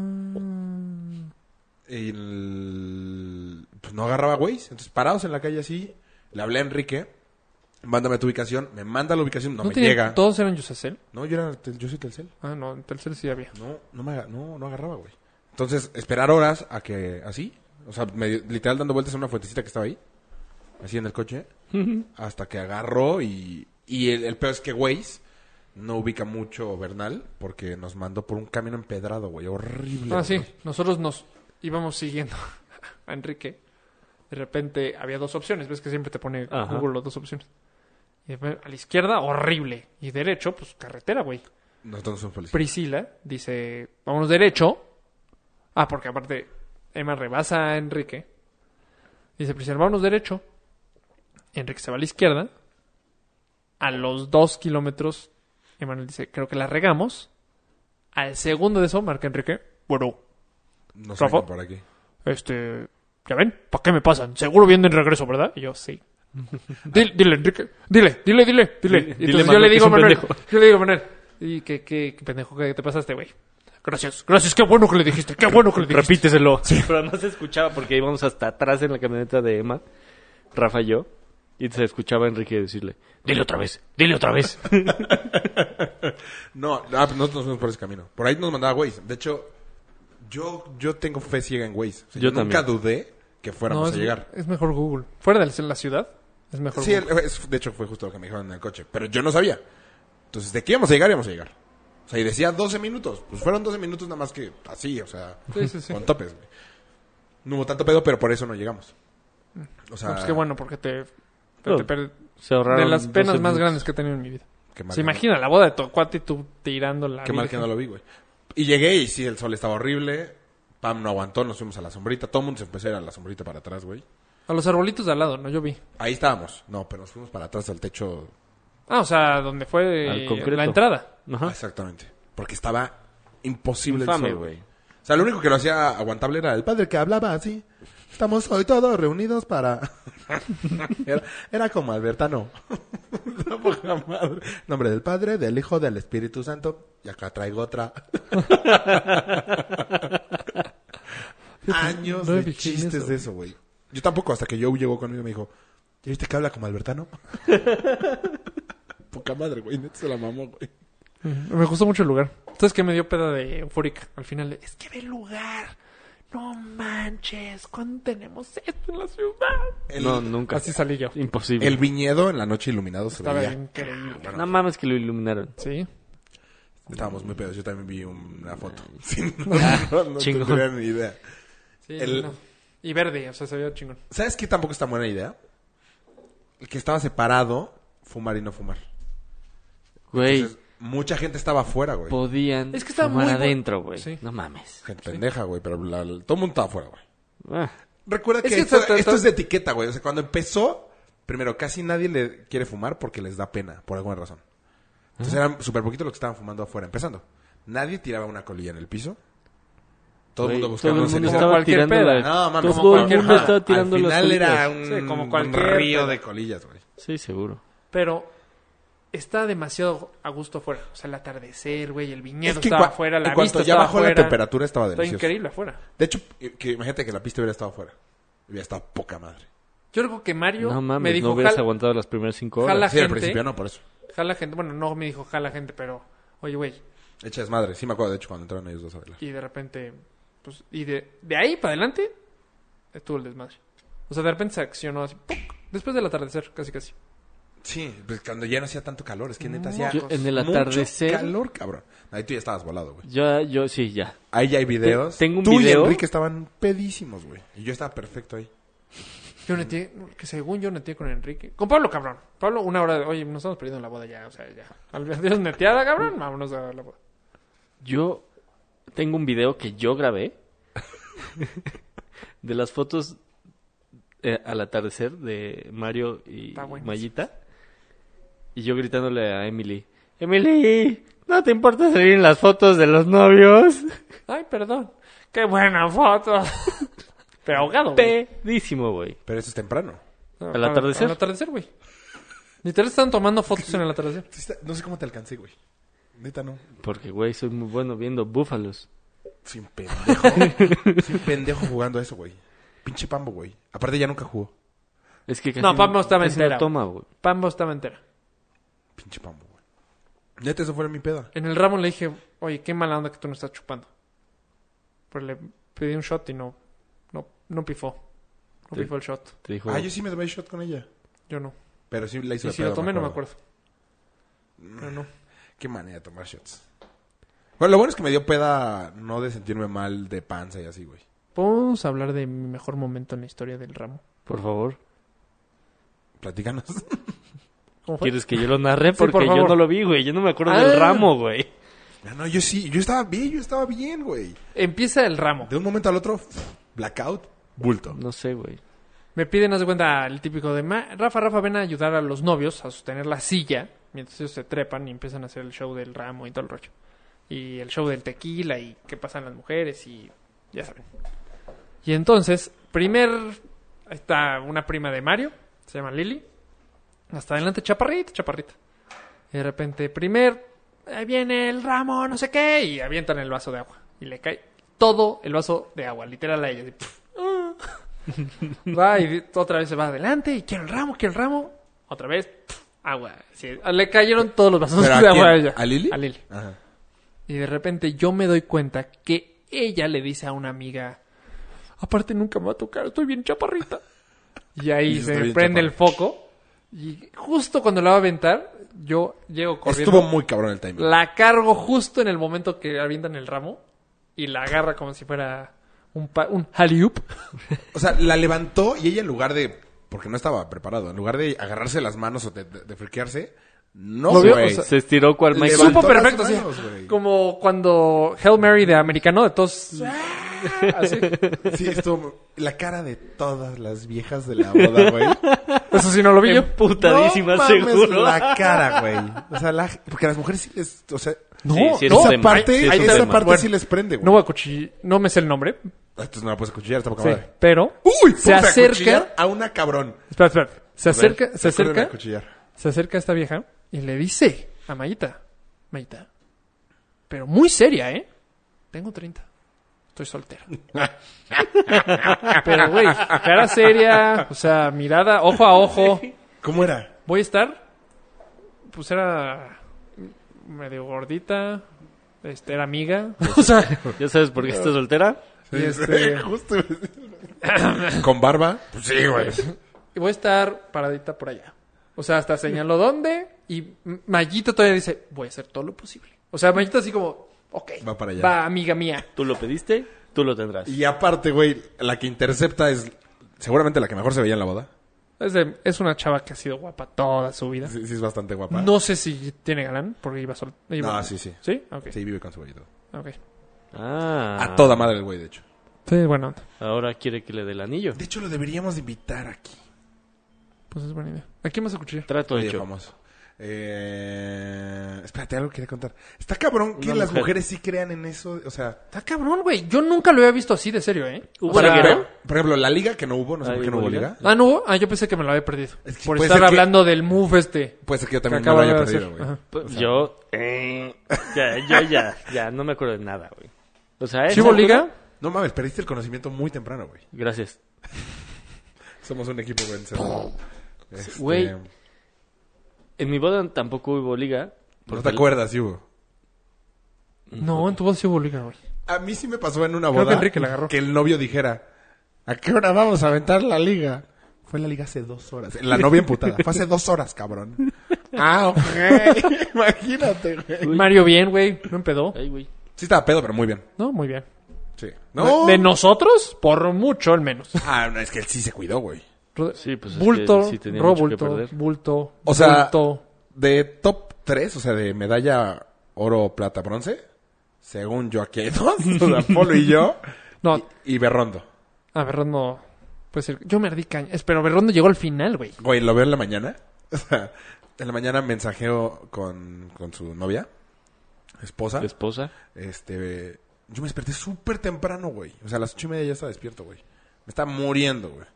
Ah. Y el- pues no agarraba Waze. Entonces parados en la calle así, le hablé a Enrique. Mándame tu ubicación. Me manda la ubicación, no, me tenían- llega. ¿Todos eran Yusacel? No, yo, era, tel- yo soy Telcel. Ah, no, en Telcel sí había. No, no, me, aga- no, no agarraba, güey. Entonces, esperar horas a que... Así. O sea, medio- literal dando vueltas en una fuentecita que estaba ahí. Así en el coche. Hasta que agarró y... Y el, el peor es que Waze no ubica mucho Bernal porque nos mandó por un camino empedrado, güey. Horrible. Ah, sí. güey. Nosotros nos íbamos siguiendo a Enrique. De repente había dos opciones. ¿Ves que siempre te pone Ajá. Google las dos opciones? Y después, a la izquierda, horrible. Y derecho, pues carretera, güey. Nosotros no somos policías. Priscila dice, vámonos derecho. Ah, porque aparte, Emma rebasa a Enrique. Dice Priscila, vámonos derecho. Enrique se va a la izquierda. A los dos kilómetros, Emanuel dice, creo que la regamos. Al segundo de eso, marca Enrique, bueno, No Rafa. salgan por aquí. este, ¿ya ven? ¿Para qué me pasan? Seguro vienen de regreso, ¿verdad? Y yo, sí. Dile, dile, Enrique, dile, dile, dile, dile. Dile, Y dile, entonces yo Manuel, le que digo es a un Manuel, pendejo. yo le digo a Manuel, y qué, qué, qué pendejo que te pasaste, güey. Gracias, gracias, qué bueno que le dijiste, qué bueno que le dijiste. Repíteselo. Pero no se escuchaba porque íbamos hasta atrás en la camioneta de Emma, Rafa y yo, y se escuchaba a Enrique decirle, dile otra vez, dile otra vez. No, ah, pues nosotros nos fuimos por ese camino. Por ahí nos mandaba Waze. De hecho, yo, yo tengo fe ciega en Waze. O sea, Yo yo nunca también. dudé que fuéramos No, es, a llegar. es mejor Google. Fuera de la ciudad, es mejor Sí, Google. el- es- de hecho fue justo lo que me dijeron en el coche. Pero yo no sabía. Entonces, ¿de qué íbamos a llegar? Íbamos a llegar. O sea, y decía doce minutos. Pues fueron doce minutos nada más que así, o sea, Sí, sí, sí. con topes, güey. No hubo tanto pedo, pero por eso no llegamos. O sea, No, pues qué bueno, porque te... te- Oh, te per- Se ahorraron de las penas doce más minutos. grandes que he tenido en mi vida. qué mal Se que no- imagina la boda de tu cuate y tú tirando la Qué mal que virgen. no lo vi, güey. Y llegué y sí, el sol estaba horrible. Pam no aguantó, nos fuimos a la sombrita. Todo el mundo se empezó a ir a la sombrita para atrás, güey. A los arbolitos de al lado, ¿no? Yo vi. Ahí estábamos. No, pero nos fuimos para atrás al techo. Ah, o sea, donde fue Al eh, concreto. la entrada. Ajá. Exactamente. Porque estaba imposible Infame, el sol, güey. O sea, lo único que lo hacía aguantable era el padre que hablaba así. Estamos hoy todos reunidos para... era, era como Albertano. La poca madre. Nombre del Padre, del Hijo, del Espíritu Santo. Y acá traigo otra. Años No de vi chistes eso. de eso, güey. Yo tampoco, hasta que Joe llegó conmigo y me dijo, ¿ya viste que habla como Albertano? Poca madre, güey. Neta se la mamó, güey. Me gustó mucho el lugar. Entonces que me dio peda de eufórica. Al final, de, es que ve el lugar. No manches, ¿cuándo tenemos esto en la ciudad? El, No, nunca. Así salí yo. Imposible. el viñedo en la noche iluminado se Estaba veía. increíble. No mames que lo iluminaron. Sí. Estábamos muy pedos. Yo también vi una foto. Sí, no, no, no Chingón. tendría ni idea. Sí, El- no. Y verde, o sea, se veía chingón. ¿Sabes qué tampoco es tan buena idea? El que estaba separado, fumar y no fumar. Güey, Entonces, mucha gente estaba afuera, güey. podían Es que estaba fumar muy bu- adentro, güey. Sí. No mames. Gente pendeja, güey, pero la- la- todo el mundo estaba afuera, güey. Ah, Recuerda Es que, que esto, ta- ta- esto ta- es de etiqueta, güey. O sea, cuando empezó, primero, casi nadie le quiere fumar porque les da pena, por alguna razón. Entonces eran súper poquitos los que estaban fumando afuera, empezando. Nadie tiraba una colilla en el piso. Todo el güey, mundo buscaba todo el una mundo ceniza. estaba cualquier tirando peda. la... No, mames, todo como el cualquier- mundo ajá. estaba tirando Al las final era colillas. un, Sí, como un cualquier río peda. de colillas, güey. Sí, seguro. Pero está demasiado a gusto afuera. O sea, el atardecer, güey, el viñedo Es que en estaba cua- afuera, la en cuanto vista ya estaba bajó afuera. la temperatura estaba Está delicioso. increíble afuera. De hecho, eh, que imagínate que la pista hubiera estado afuera. Hubiera estado poca madre. Yo creo que Mario No mames, me dijo, no hubieras "Jal- aguantado las primeras cinco horas. jala Sí, al gente, principio no, por eso. jala gente. Bueno, no me dijo jala gente, pero, oye, güey. Echa desmadre. Sí me acuerdo, de hecho, cuando entraron ellos dos a bailar. Y de repente, pues, y de, de ahí para adelante, estuvo el desmadre. O sea, de repente se accionó así, ¡puc! Después del atardecer, casi casi. Sí, pues cuando ya no hacía tanto calor. Es que neta No, hacía Yo, en el mucho atardecer, calor, cabrón. Ahí tú ya estabas volado, güey. yo, yo sí, ya. Ahí ya hay videos. Te- tengo un tú video. y Enrique estaban pedísimos, güey. Y yo estaba perfecto ahí. Yo neteé, que según yo neteé con Enrique. Con Pablo, cabrón. Pablo, una hora de, oye, nos estamos perdiendo en la boda ya, o sea, ya. Adiós neteada, cabrón, vámonos a la boda. Yo tengo un video que yo grabé de las fotos eh, al atardecer de Mario y Está buenísimo. Mayita. Y yo gritándole a Emily, Emily, ¿no te importa salir en las fotos de los novios? Ay, perdón. Qué buena foto. Pero ahogado, güey. Pedísimo, güey. Pero eso es temprano. No, ¿Al atardecer? Al atardecer, güey. Literal están tomando fotos en el atardecer. Sí está- No sé cómo te alcancé, güey. Neta, no. Porque, güey, soy muy bueno viendo búfalos. Soy un pendejo. Soy un pendejo jugando a eso, güey. Pinche Pambo, güey. Aparte ya nunca jugó. Es que casi No, Pambo estaba casi entera, no toma, güey. Pambo estaba entera. Pinche Pambo, güey. Neta, eso fue mi peda. En el ramo le dije, oye, qué mala onda que tú no estás chupando. Pero le pedí un shot y no, no, no pifó. No Sí. pifó el shot. Te dijo, Ah, yo sí me tomé shot con ella. Yo no. Pero sí la hice Y de si pedo, lo tomé no me acuerdo. Pero no. Qué manera de tomar shots. Bueno, lo bueno es que me dio peda no de sentirme mal de panza y así, güey. ¿Podemos hablar de mi mejor momento en la historia del ramo? por favor, Platícanos. ¿Cómo fue? ¿quieres que yo lo narre? Sí, Porque por yo favor. no lo vi, güey. Yo no me acuerdo Ah. del ramo, güey. Ah, no, yo sí. Yo estaba bien, yo estaba bien, güey. Empieza el ramo. De un momento al otro, blackout, bulto. No sé, güey. Me piden, haz de cuenta, el típico de "Ma- Rafa, Rafa, ven a ayudar a los novios a sostener la silla mientras ellos se trepan y empiezan a hacer el show del ramo y todo el rollo. Y el show del tequila y qué pasan las mujeres y ya saben. Y entonces, primer, ahí está una prima de Mario, se llama Lily. Hasta adelante, chaparrita, chaparrita. Y de repente, primer, ahí viene el ramo, no sé qué, y avientan el vaso de agua. Y le cae todo el vaso de agua, literal a ella. Así, pf, ah. Va y otra vez se va adelante y quiero el ramo, quiero el ramo. Otra vez, pf, agua. Sí, le cayeron todos los vasos ¿Pero a de agua a quién? ella. ¿A Lili? A Lili. Ajá. Y de repente yo me doy cuenta que ella le dice a una amiga, aparte nunca me va a tocar, estoy bien chaparrita. Y ahí Y se está bien prende el chaparra. foco. Y justo cuando la va a aventar, yo llego corriendo. Estuvo muy cabrón el timing. La cargo justo en el momento que avientan el ramo. Y la agarra como si fuera un, pa- un alley-oop. O sea, la levantó y ella en lugar de... Porque no estaba preparado. En lugar de agarrarse las manos o de, de, de friquearse... No, ¿Lo vio? güey. O sea, Se estiró cual Le- Michael. Levantó Supo las perfecto, sí. manos, güey. Como cuando Hail Mary de americano, de todos... Así. Sí, estuvo... La cara de todas las viejas de la boda, güey. Eso sí no lo vi yo. Emputadísima, No mames, seguro. la cara, güey. O sea, la... porque a las mujeres sí les... O sea, No, Sí, sí, es no, un esa tema. parte, Sí, es un esa tema. parte Bueno, sí les prende, güey. No voy a cuchillar, no me sé el nombre. Entonces no la puedes acuchillar, está poca Sí, madre. pero Uy, se vamos a acerca. acuchillar a una cabrón. Espera, espera. Se A ver, acerca, se Recuerden acerca, acuchillar. se acerca esta vieja y le dice a Mayita, Mayita, pero muy seria, ¿eh? Tengo treinta. Estoy soltera. Pero, güey, cara seria, o sea, mirada, ojo a ojo. ¿Cómo era? Voy a estar, pues era medio gordita, este, era amiga. O sea, ¿Ya sabes por qué estás soltera? y este, Justo. ¿Con barba? Pues sí, güey. y voy a estar paradita por allá. O sea, hasta señaló dónde. Y Mayita todavía dice, voy a hacer todo lo posible. O sea, Mayita así como, ok. Va para allá. Va, amiga mía. Tú lo pediste, tú lo tendrás. Y aparte, güey, la que intercepta es seguramente la que mejor se veía en la boda. Es, de- es una chava que ha sido guapa toda su vida. Sí, sí es bastante guapa. No sé si tiene galán, porque iba solo. No, sí, sí. ¿Sí? Ok. Sí, vive con su güey y todo. Ok. Ah. A toda madre el güey, de hecho. Sí, bueno, Ahora quiere que le dé el anillo. De hecho, lo deberíamos de invitar aquí. pues es buena idea. ¿A quién vas a cuchillar? Trato Oye, hecho. famoso. Eh... Espérate, algo quería contar. Está cabrón que Una las mujer. mujeres sí crean en eso. O sea, Está cabrón, güey. Yo nunca lo había visto así de serio, ¿eh? ¿Hubo por, la ejemplo, guerra? por ejemplo, la liga que no hubo, no sé Ah, por qué no ¿hubo hubo liga? liga. Ah, no hubo. Ah, yo pensé que me lo había perdido. Es que Por puede estar ser que- hablando del move este. Puede ser que yo Que también me acaba lo haya de perdido, hacer. güey. Ajá. Pues O sea, yo, eh, ya, yo ya, ya, no me acuerdo de nada, güey. O sea, esa ¿Chivo cosa- Liga? No mames, perdiste el conocimiento muy temprano, güey. Gracias. Somos un equipo vencedor. Este, Güey. En mi boda tampoco hubo liga. No porque te acuerdas, sí hubo. No, en tu voz sí hubo liga, güey. A mí sí me pasó en una Creo boda que Enrique la agarró. que el novio dijera, ¿a qué hora vamos a aventar la liga? Fue la liga hace dos horas. La novia emputada. Fue hace dos horas, cabrón. Ah, ok. Imagínate, güey. Uy. Mario bien, güey. No empedó. Ay, güey. Sí estaba pedo, pero muy bien. No, muy bien. Sí. De, No. de nosotros, por mucho al menos. Ah, no, es que él sí se cuidó, güey. Ro- Sí, pues es bulto, que sí tenía mucho que robulto, perder. bulto, O sea, bulto. de top tres, o sea, de medalla oro, plata, bronce, según yo aquí hay dos, o sea, Polo y yo, No, y, y Berrondo. a Berrondo, puede ser. Yo me ardí caña. Es- Pero Berrondo llegó al final, güey. Güey, lo veo en la mañana. O sea, en la mañana mensajeo con, con su novia, esposa. La esposa. Este, yo me desperté súper temprano, güey. O sea, a las ocho y media ya estaba despierto, güey. Me estaba muriendo, güey.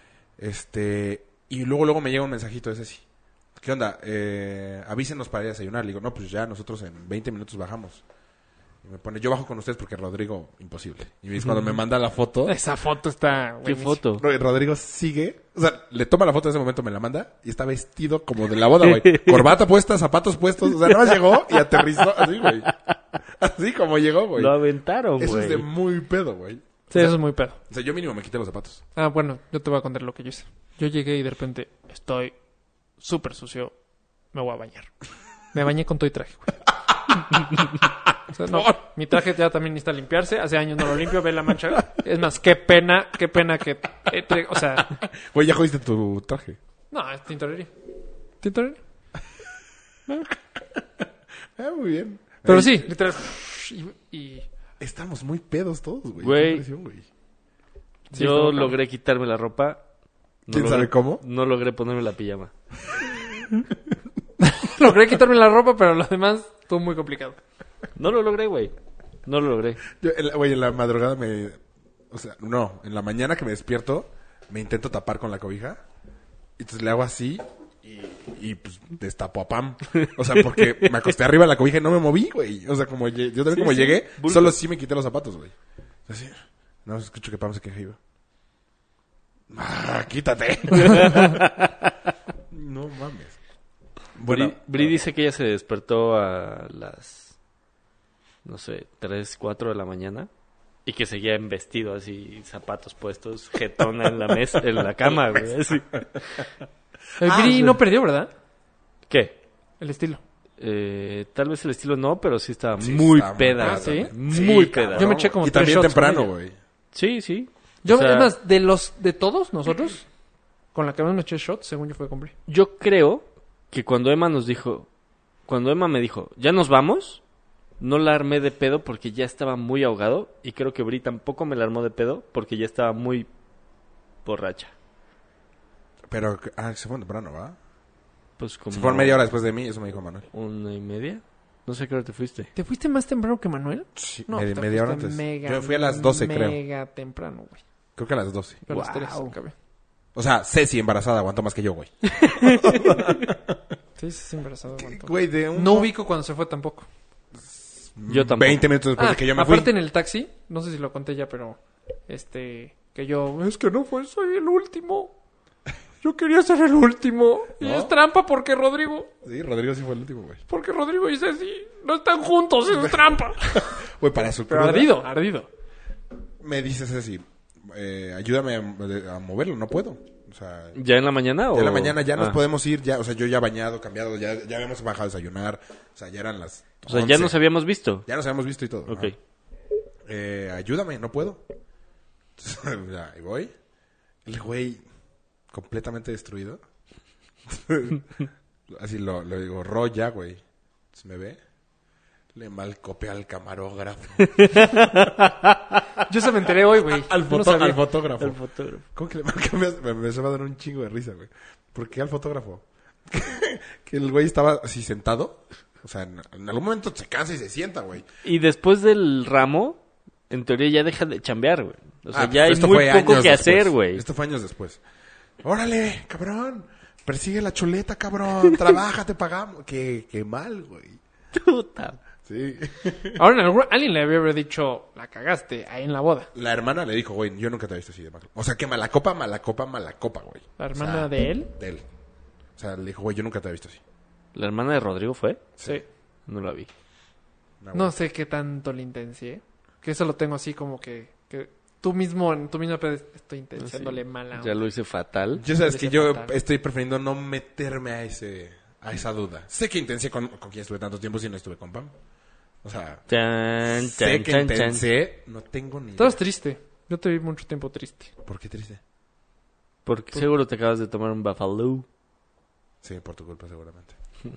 Este, y luego, luego me llega un mensajito de Ceci. ¿Qué onda? Eh, avísenos para ir a desayunar. Le digo, no, pues ya nosotros en veinte minutos bajamos. Y me pone, yo bajo con ustedes porque Rodrigo, imposible. Y es cuando me manda la foto. Esa foto está... ¿Qué buenísima. foto? No, y Rodrigo sigue, o sea, le toma la foto en ese momento, me la manda y está vestido como de la boda, güey. Corbata puesta, zapatos puestos, o sea, nada más llegó y aterrizó así, güey. Así como llegó, güey. Lo aventaron, Eso güey. es de muy pedo, güey. Sí, eso es muy pedo. O sea, yo mínimo me quité los zapatos. Ah, bueno, yo te voy a contar lo que yo hice. Yo llegué y de repente estoy súper sucio. Me voy a bañar. Me bañé con todo y traje, güey. O sea, no, mi traje ya también necesita limpiarse. Hace años no lo limpio, ve la mancha. Es más, qué pena, qué pena que... eh, tre- o sea, Güey, ya jodiste tu traje. no, es tintorería. Tintorería. Ah, muy bien. Pero Ey, sí, literal. Y, y- Estamos muy pedos todos, güey. Güey. Qué impresión, güey. Sí, Yo estuvo logré quitarme la ropa. No ¿Quién logré- sabe cómo? No logré ponerme la pijama. logré quitarme la ropa, pero lo demás estuvo muy complicado. No lo logré, güey. No lo logré. Yo, en la- güey, en la madrugada me... O sea, no, en la mañana que me despierto, me intento tapar con la cobija. Y entonces le hago así y, y pues destapo a Pam. O sea, porque me acosté arriba de la cobija y no me moví, güey. O sea, como lle- yo también Sí, como sí, llegué, bulto. solo sí me quité los zapatos, güey. Así. No escucho que Pam se queja y yo, Ah, quítate. No mames. Bueno, Bri, Bri dice que ella se despertó a las, no sé, tres, cuatro de la mañana y que seguía en vestido así, zapatos puestos, jetona en la mesa, en la cama, güey. Así. El Ah, Bri sí. no perdió, ¿verdad? ¿Qué? El estilo. Eh, tal vez el estilo no, pero sí estaba Sí, muy estaba peda. muy- Ah, ¿sí? Muy Sí, peda. cabrón. Yo me eché como Y tres también shots con temprano, ella. güey. Sí, sí. Yo, O sea, es más, de los, de todos nosotros, con la que más me eché shots, según yo fue con Bri. yo creo que cuando Emma nos dijo, cuando Emma me dijo, ¿ya nos vamos? No la armé de pedo porque ya estaba muy ahogado y creo que Bri tampoco me la armó de pedo porque ya estaba muy borracha. Pero, ah, se fue temprano, ¿va? Pues como Se fueron media hora después de mí, eso me dijo Manuel. una y media. No sé qué hora te fuiste. ¿Te fuiste más temprano que Manuel? Sí, No, media, te media hora fuiste antes. Mega, Yo fui a las doce, creo. Mega temprano, güey. Creo que a las doce. Yo a las Wow. tres acabé. O sea, Ceci embarazada aguantó más que yo, güey. Sí, sí, sí, embarazado. aguantó. Güey, de un... No ubico cuando se fue tampoco. Yo tampoco. veinte minutos después Ah, de que yo me fui. aparte en el taxi, no sé si lo conté ya, pero este, que yo, es que no fue, soy el último. Yo quería ser el último. Y ¿No? es trampa porque Rodrigo, Sí, Rodrigo sí fue el último, güey. porque Rodrigo y Ceci no están juntos, es trampa. Güey, para su Pero cruda, ardido, ardido. me dice Ceci, eh, ayúdame a, a moverlo, no puedo. O sea, ¿Ya en la mañana o...? ya en la mañana ya nos Ah. podemos ir, ya, o sea, yo ya bañado, cambiado, ya, ya habíamos bajado a desayunar. O sea, ya eran las O sea, ya once. nos habíamos visto. Ya nos habíamos visto y todo. Ok. ¿no? Eh, ayúdame, no puedo. Entonces, ya, y voy. El güey completamente destruido. Así lo, lo digo, Roya, güey. Entonces me ve. Le malcopé al camarógrafo. Yo se me enteré hoy, güey. al, Yo no foto- sabía. al fotógrafo. El fotógrafo. ¿Cómo que le malcopé? Me, me empezó a dar un chingo de risa, güey. ¿Por qué al fotógrafo? Que el güey estaba así sentado. O sea, en, en algún momento se cansa y se sienta, güey. Y después del ramo, en teoría ya deja de chambear, güey. O sea, Ah, ya hay esto muy fue poco años que después. hacer, güey. Esto fue años después. Órale, cabrón. Persigue la chuleta, cabrón. Trabaja, te pagamos. Qué, qué mal, güey. Puta. Sí. Ahora en algún- alguien le había haber dicho, la cagaste ahí en la boda. La hermana le dijo, güey, yo nunca te he visto así de mal. O sea, que mala copa, mala copa, mala copa, güey. La O hermana sea, de él. De él. O sea, le dijo, güey, yo nunca te he visto así. ¿La hermana de Rodrigo fue? Sí. No la vi. No, No güey. sé qué tanto le intencié. Que eso lo tengo así como que, que tú mismo, en tu misma ped- estoy intenciándole mala. Ya lo hice fatal. Yo sabes Me que parece yo fatal. estoy prefiriendo no meterme a ese a esa duda. Sé que intencié con, con quien estuve tanto tiempo si no estuve con Pam. O sea, Chan, sé chan, que chan, chan. intencié, no tengo ni Estabas idea. triste. Yo te vi mucho tiempo triste. ¿Por qué triste? Porque seguro te acabas de tomar un Buffalo. Sí, por tu culpa seguramente.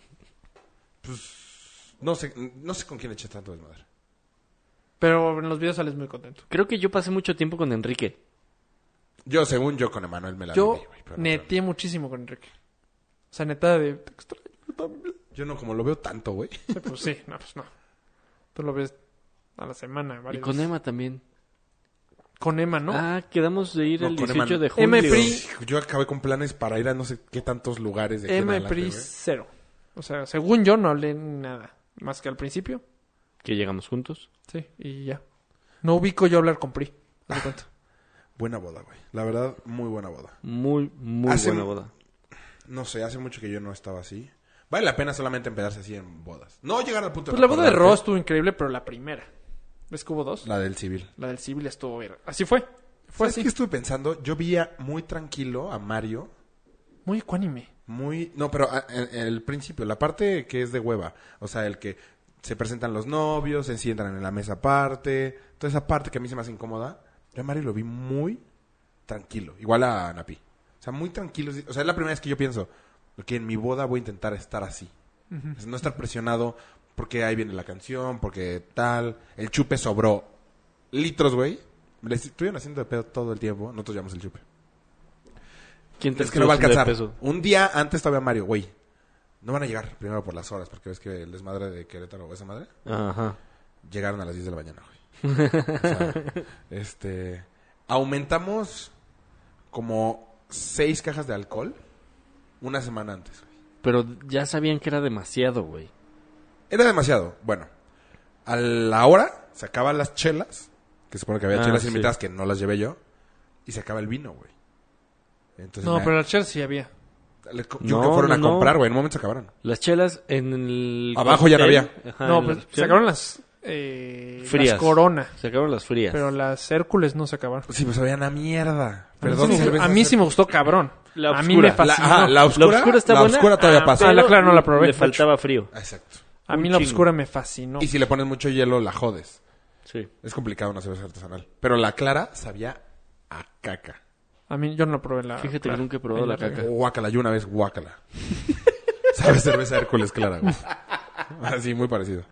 Pues no sé, no sé con quién eché tanto desmadre. Pero en los videos sales muy contento. Creo que yo pasé mucho tiempo con Enrique. Yo, según yo, con Emanuel me la Yo viví, güey, pero no neteé muchísimo con Enrique. O sea, neta de... Te extraño también. creo. Yo no, como lo veo tanto, güey. Sí, pues sí, no, pues no. Tú lo ves a la semana. Y varias con veces. Emma también. Con Emma, ¿no? Ah, quedamos de ir No, el con dieciocho Emma- de julio. Emma y Pri. Yo acabé con planes para ir a no sé qué tantos lugares de aquí en Emma y adelante, Pri, güey. cero. O sea, según yo no hablé nada. Más que al principio. Que llegamos juntos. Sí, y ya. No ubico yo hablar con Pri. Haz de cuenta. Buena boda, güey. La verdad, muy buena boda. Muy, muy Hace- buena boda. No sé, hace mucho que yo no estaba así. Vale la pena solamente empedarse así en bodas. No llegar al punto Pues la boda de acordarte. Ross estuvo increíble, pero la primera. ¿Ves que hubo dos? La, La del civil. del civil estuvo bien. Así fue. Fue ¿Sabes así. qué estuve pensando? Yo veía muy tranquilo a Mario. Muy ecuánime. Muy... No, pero a- en- en el principio, la parte que es de hueva. O sea, el que se presentan los novios, se sientan en la mesa aparte. Toda esa parte que a mí se me hace incómoda. Yo a Mario lo vi muy tranquilo. Igual a Napi. O sea, muy tranquilo. O sea, es la primera vez que yo pienso que en mi boda voy a intentar estar así. Es no estar presionado porque ahí viene la canción, porque tal. El chupe sobró litros, güey. Le estuvieron haciendo de pedo todo el tiempo. Nosotros llevamos el chupe. ¿Quién te Es que no va a estuvo haciendo alcanzar. de peso? Un día antes todavía Mario, güey. No van a llegar primero por las horas, porque ves que el desmadre de Querétaro o esa madre Ajá. llegaron a las diez de la mañana, güey. O sea, este. Aumentamos como seis cajas de alcohol una semana antes, güey. Pero ya sabían que era demasiado, güey. Era demasiado. Bueno, a la hora se acaban las chelas, que supone que había Ah, chelas sí. ilimitadas que no las llevé yo, y se acaba el vino, güey. Entonces No, me- pero la chela sí había. Le- Yo No, que fueron no, a no. comprar, güey. En un momento se acabaron. Las chelas en el... Abajo ya no cóctel, había. ajá, no, en pues la- se acabaron las, eh, Frías. las Corona, Se acabaron las frías. pero las Hércules no se acabaron. Sí, pues sabían a mierda. A Pero mí, dos sí, me- cervezas- a mí sí me gustó cabrón. La a mí oscura. me La, fascinó. ajá, la oscura, La oscura está la buena. oscura todavía Ah, pasa. Ah, la clara no la probé. Le de faltaba frío. Exacto. A mí un la chingo. oscura me fascinó. Y si le pones mucho hielo, la jodes. Sí. Es complicado una cerveza artesanal. Pero la clara sabía a caca. A mí yo no probé la. Fíjate que clara. nunca he probado Ahí la regué. caca. Guácala, yo una vez guácala. Sabe cerveza Hércules clara, güey. Así, muy parecido.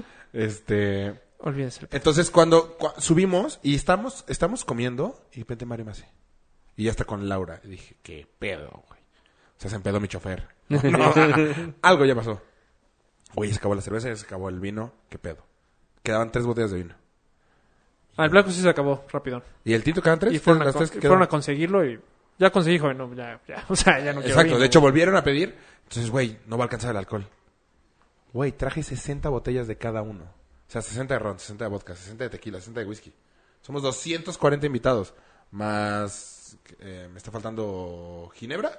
Este... Olvídense. Entonces, cuando cua- subimos y estamos estamos comiendo, y de repente Mario me hace. Y ya está con Laura. Y dije, qué pedo, güey. O sea, se empedó mi chofer. No, algo ya pasó. Güey, se acabó la cerveza, ya se acabó el vino. ¿Qué pedo? Quedaban tres botellas de vino. Ah, el Blanco sí se acabó rápido. ¿Y el tinto quedan tres? Y fueron a, ¿Las con- tres que fueron quedan? a conseguirlo y ya conseguí, joven. No, ya, ya. O sea, ya no quiero Exacto, vino, de hecho güey. volvieron a pedir. Entonces, güey, no va a alcanzar el alcohol. Güey, traje sesenta botellas de cada uno. O sea, sesenta de ron, sesenta de vodka, sesenta de tequila, sesenta de whisky. Somos doscientos cuarenta invitados. Más... eh, me está faltando ginebra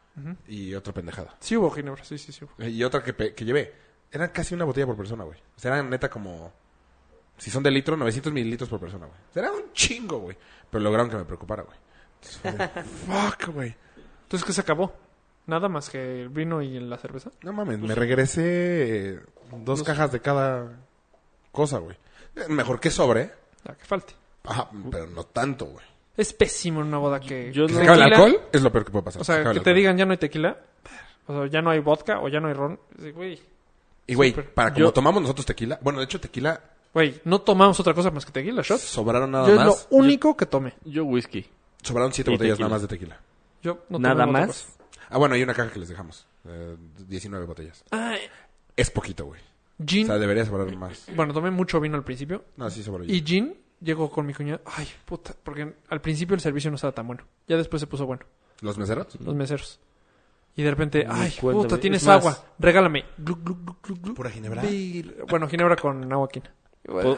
y otra pendejada. Sí hubo ginebra, sí, sí, sí hubo. Y otra que, pe- que llevé. Eran casi una botella por persona, güey. O sea, eran neta como... Si son de litro, novecientos mililitros por persona, güey. O sea, era un chingo, güey. Pero lograron que me preocupara, güey. Entonces fue de, fuck, güey. Entonces, ¿qué se acabó? Nada más que el vino y la cerveza. No mames, me regresé eh, dos cajas de cada cosa, güey. Eh, Mejor que sobre. La que falte. Ajá, pero no tanto, güey. Es pésimo en una boda que... Yo Que no- se acabe el Tequila- alcohol es lo peor que puede pasar. O Se sea, acabe que el te alcohol. digan ya no hay tequila. O sea, ya no hay vodka o ya no hay ron. Sí, güey. Y, güey, Súper. para como Yo- tomamos nosotros tequila... Bueno, de hecho, tequila Güey, no tomamos otra cosa más que tequila, shots. sobraron nada Yo es más. lo único que tomé. Yo whisky. Sobraron siete Y botellas tequila. nada más de tequila. Yo no tomé Nada otra más. cosa. Ah, bueno, hay una caja que les dejamos. Eh, diecinueve botellas. Ah, Es poquito, güey. O gin. sea, debería sobrar más. Bueno, tomé mucho vino al principio. No, sí sobró. Y gin llegó con mi cuñado. Ay, puta. Porque al principio el servicio no estaba tan bueno. Ya después se puso bueno. ¿Los meseros? Los meseros. Y de repente, ay, cuéntame. puta, tienes Es más- agua. Regálame. Gluc, gluc, gluc, gluc, gluc. ¿Pura ginebra? Bir- Bueno, ginebra con agua quina. Po-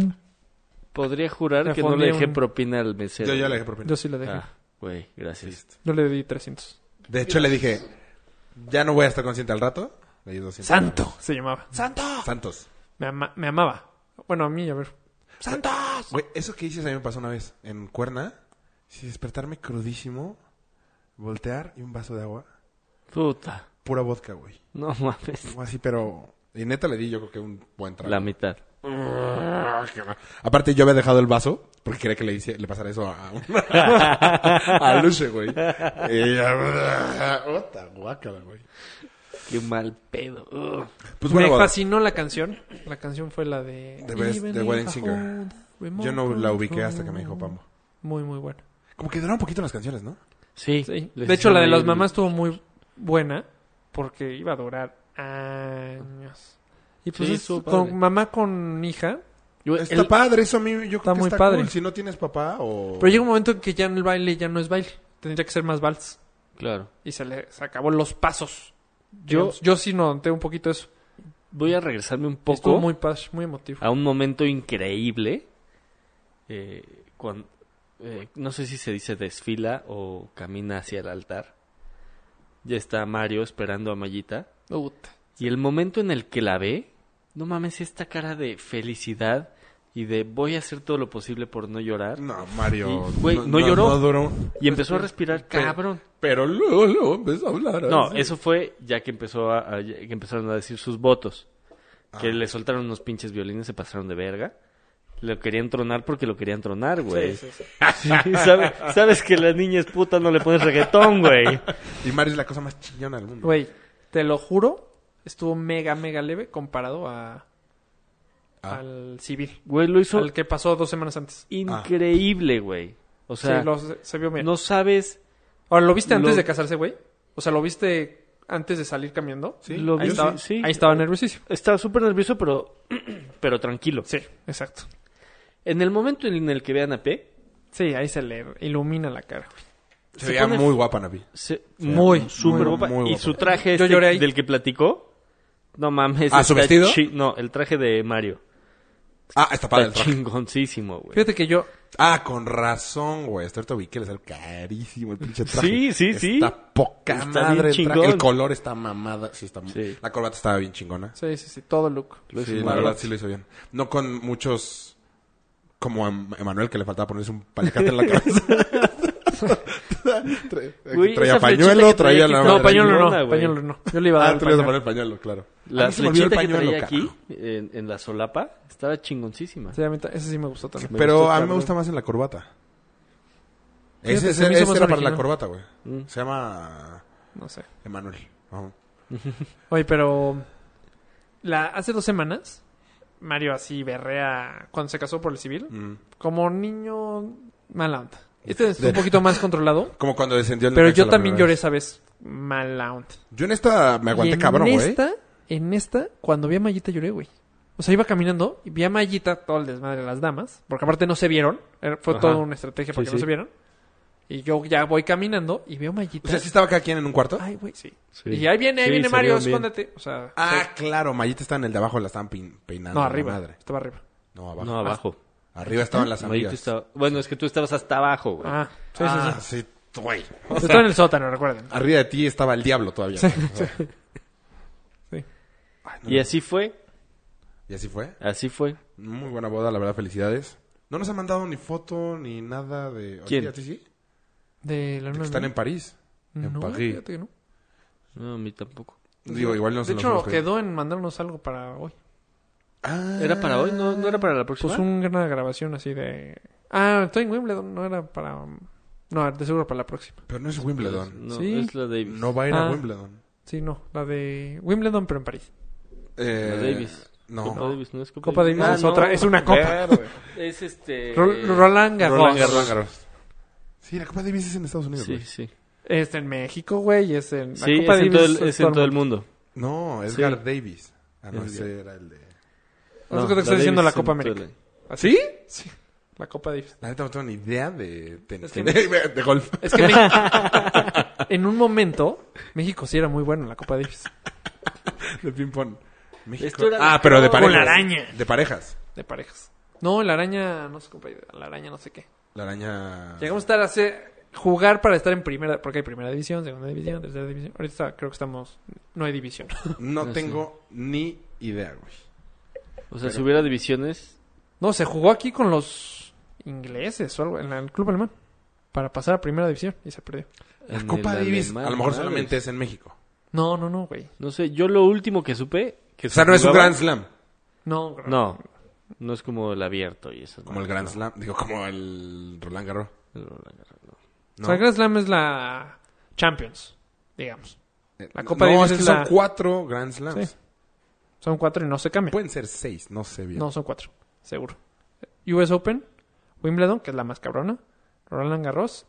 Podría jurar Me que no fondé le dejé un- propina al mesero. Yo ya le dejé propina. Yo sí le dejé. Ah, güey, gracias. Yo le di trescientos. De hecho, le dije, ya no voy a estar consciente al rato. Le di doscientos. ¡Santo! Se llamaba. ¡Santo! Santos. Me, ama- me amaba. Bueno, a mí, a ver. ¡Santos! Güey, eso que dices a mí me pasó una vez. En Cuerna, si despertarme crudísimo, voltear y un vaso de agua. Puta. Pura vodka, güey. No mames. O así, pero... Y neta le di yo creo que un buen trago. La mitad. Aparte, yo había dejado el vaso porque quería que le, hice- le pasara eso a, a Luce, güey. Y ella... Ota, guácala, güey. Qué mal pedo. Ugh. Pues bueno, me boda. fascinó la canción. La canción fue la de... The Best- Even The if Wedding I Singer. hold remote Yo no la ubiqué control. hasta que me dijo Pambo. Muy, muy buena. Como que duraron un poquito las canciones, ¿no? Sí. Sí. les De hecho, la de hicieron las ahí- mamás estuvo muy buena porque iba a durar años. Y pues Sí, es estuvo con padre. mamá con hija. Yo- Está el- padre eso a mí. Yo creo Está que muy está padre. cool. Si no tienes papá o... Pero llega un momento en que ya en el baile ya no es baile. Tendría que ser más vals. Claro. Y se le se acabó los pasos. Yo Digamos, yo sí noté un poquito eso. voy a regresarme un Estuvo poco muy pas, muy emotivo. a un momento increíble. Eh, cuando, eh, no sé si se dice desfila o camina hacia el altar. Ya está Mario esperando a Mayita. Puta. Y el momento en el que la ve, no mames, esta cara de felicidad y de voy a hacer todo lo posible por no llorar. No, Mario... Y, güey, no lloró. No duró. Y empezó a respirar cabrón. Pero luego, luego empezó a hablar. No, así. eso fue ya que empezó a, a- ya que empezaron a decir sus votos. Que Ah. le soltaron unos pinches violines, se pasaron de verga. Lo querían tronar porque lo querían tronar, güey. Sí, sí, sí. Sí, sabe- sabes que la niña es puta, no le pones reggaetón, güey. Y Mario es la cosa más chillona del mundo. Güey, te lo juro, estuvo mega, mega leve comparado a Ah. al civil. Güey, lo hizo Al que pasó dos semanas antes. increíble, güey. O sea, sí, lo- se vio bien. no sabes... Ahora, ¿lo viste antes lo- de casarse, güey? O sea, ¿lo viste antes de salir caminando? Sí, lo Ahí vi, estaba, sí, sí. ahí estaba nerviosísimo. Estaba súper nervioso, pero, pero tranquilo. Sí, exacto. En el momento en el que vean a P, Sí, ahí se le ilumina la cara, güey. Se, se veía pone- muy guapa, Navi. se- Muy, súper muy, guapa. muy Y guapa. su traje Yo este lloré ahí. del que platicó, no mames. ¿Ah, su está vestido? chi- No, el traje de Mario. Ah, está padre el Está traje. chingoncísimo, güey. Fíjate que yo Ah, con razón, güey. Hasta ahorita vi que le sale carísimo el pinche traje. Sí, sí, sí. Está poca Está madre bien el traje. chingón. El color está mamada. Sí, está... Sí. La corbata estaba bien chingona. Sí, sí, sí. Todo look. Lo Sí, hizo la muy verdad bien. sí lo hizo bien. No con muchos... Como a Emanuel, que le faltaba ponerse un palicate en la cabeza. Tra- Güey, traía esa flechita pañuelo, que traía traía aquí la está- No, madre. pañuelo no. chingona, güey. Pañuelo no. Yo le iba a dar Ah, el tú le ibas a pañuelo. poner el pañuelo, claro. A La mí se me olvidó el flechita que pañuelo, traía aquí, carajo. en, en la solapa, estaba chingoncísima. Sí, a mí ta- ese sí me gustó también. Me Pero gustó, a mí me cabrón. gusta más en la corbata. Fíjate, Ese, se me ese, hizo ese más era para la original. corbata, güey. Mm. Se llama No sé. Emanuel. Ajá. Oye, pero... La, hace dos semanas, Mario así berrea cuando se casó por el civil. Mm. Como niño mala onda. Este es un poquito más controlado. Como cuando descendió el Pero Necaxa yo la también primera lloré vez. esa vez mala onda. Yo en esta me Y aguanté en cabrón, güey. esta, en esta, cuando vi a Mayita lloré, güey. O sea, iba caminando y vi a Mayita, todo el desmadre de las damas, porque aparte no se vieron. Era- Fue Ajá. toda una estrategia para Sí, que no sí. se vieran. Y yo ya voy caminando y veo a Mayita. O sea, ¿sí estaba cada quien en un cuarto? Ay, güey, sí. Sí. Y ahí viene, ahí Sí, viene se Mario, vieron bien. escóndete. O sea, Ah, sí. claro. Mayita estaba en el de abajo, la estaban pein- peinando. No, la arriba. Madre. Estaba arriba. No, abajo. No, abajo. Arriba estaban las Mayito amigas. estaba... Bueno, es que tú estabas hasta abajo, güey. Ah, sí, Ah, sí, sí. sí, güey. Estaba en el sótano, recuerden. Arriba de ti estaba el diablo todavía. Sí, O sea, Sí. ay, no, Y así fue, ¿Y así fue? así fue. Muy buena boda, la verdad, felicidades. No nos han mandado ni foto ni nada de... ¿A ¿Quién? ti- ¿A ti sí? De la De que luna están de en París. miel. En No, París. fíjate que no. No, a mí tampoco. Digo, igual no se De los hecho, hemos pedido. quedó en mandarnos algo para hoy. Ah. ¿Era para hoy? ¿No, no era para la próxima? Pues una grabación así de... Ah, estoy en Wimbledon, no era para... No, de seguro para la próxima. Pero no es Wimbledon. No, Sí. es la Davis. No va a ir a Ah. Wimbledon. Sí, no, la de Wimbledon, pero en París. Eh, La Davis. No. Copa Davis, no es Copa, Copa Davis Ah, es no. otra, es una copa. Es este... Ro- Roland Garros. Roland Garros. Roland Garros. Sí, la Copa Davis es en Estados Unidos, Sí, güey. sí. Es en México, güey, es en... La Sí, Copa es en Davis todo el, es en todo el mundo. No, Edgar Sí. Davis. Ah, no, Edgar. ese era el de... No, es No, que te la estoy diciendo Davis la es Copa en todo América. el- ¿Sí? Sí. La Copa Davis. La neta no tengo ni idea de tenis. Es que- de golf. Es que México... en un momento, México sí era muy bueno en la Copa Davis. De ping-pong. México. Esto era Ah, de pero de todo. parejas. Con la araña. De parejas. De parejas. No, la araña... No sé cómo... La araña no sé qué. La araña... Llegamos a estar a hacer... Jugar para estar en primera... Porque hay primera división, segunda división, tercera división. Ahorita está- creo que estamos... No hay división. No No tengo ni idea, güey. O sea, si hubiera divisiones... No, se jugó aquí con los ingleses o algo, en el club alemán. Para pasar a primera división y se perdió. La en Copa el Davis alemán, a lo mejor madres. solamente es en México. No, no, no, güey. No sé, yo lo último que supe... Que O sea, se no es un jugaba- Grand Slam. No, No, no es como el abierto y eso. Como el Grand Slam. Digo, como el Roland Garros. Slam. ¿no? O sea, el Grand Slam es la Champions, digamos. La Copa no, Davis es que es son la- cuatro Grand Slams. Sí. Son cuatro y no se cambian. Pueden ser seis, no sé bien. No, son cuatro, seguro. U S Open, Wimbledon, que es la más cabrona, Roland Garros,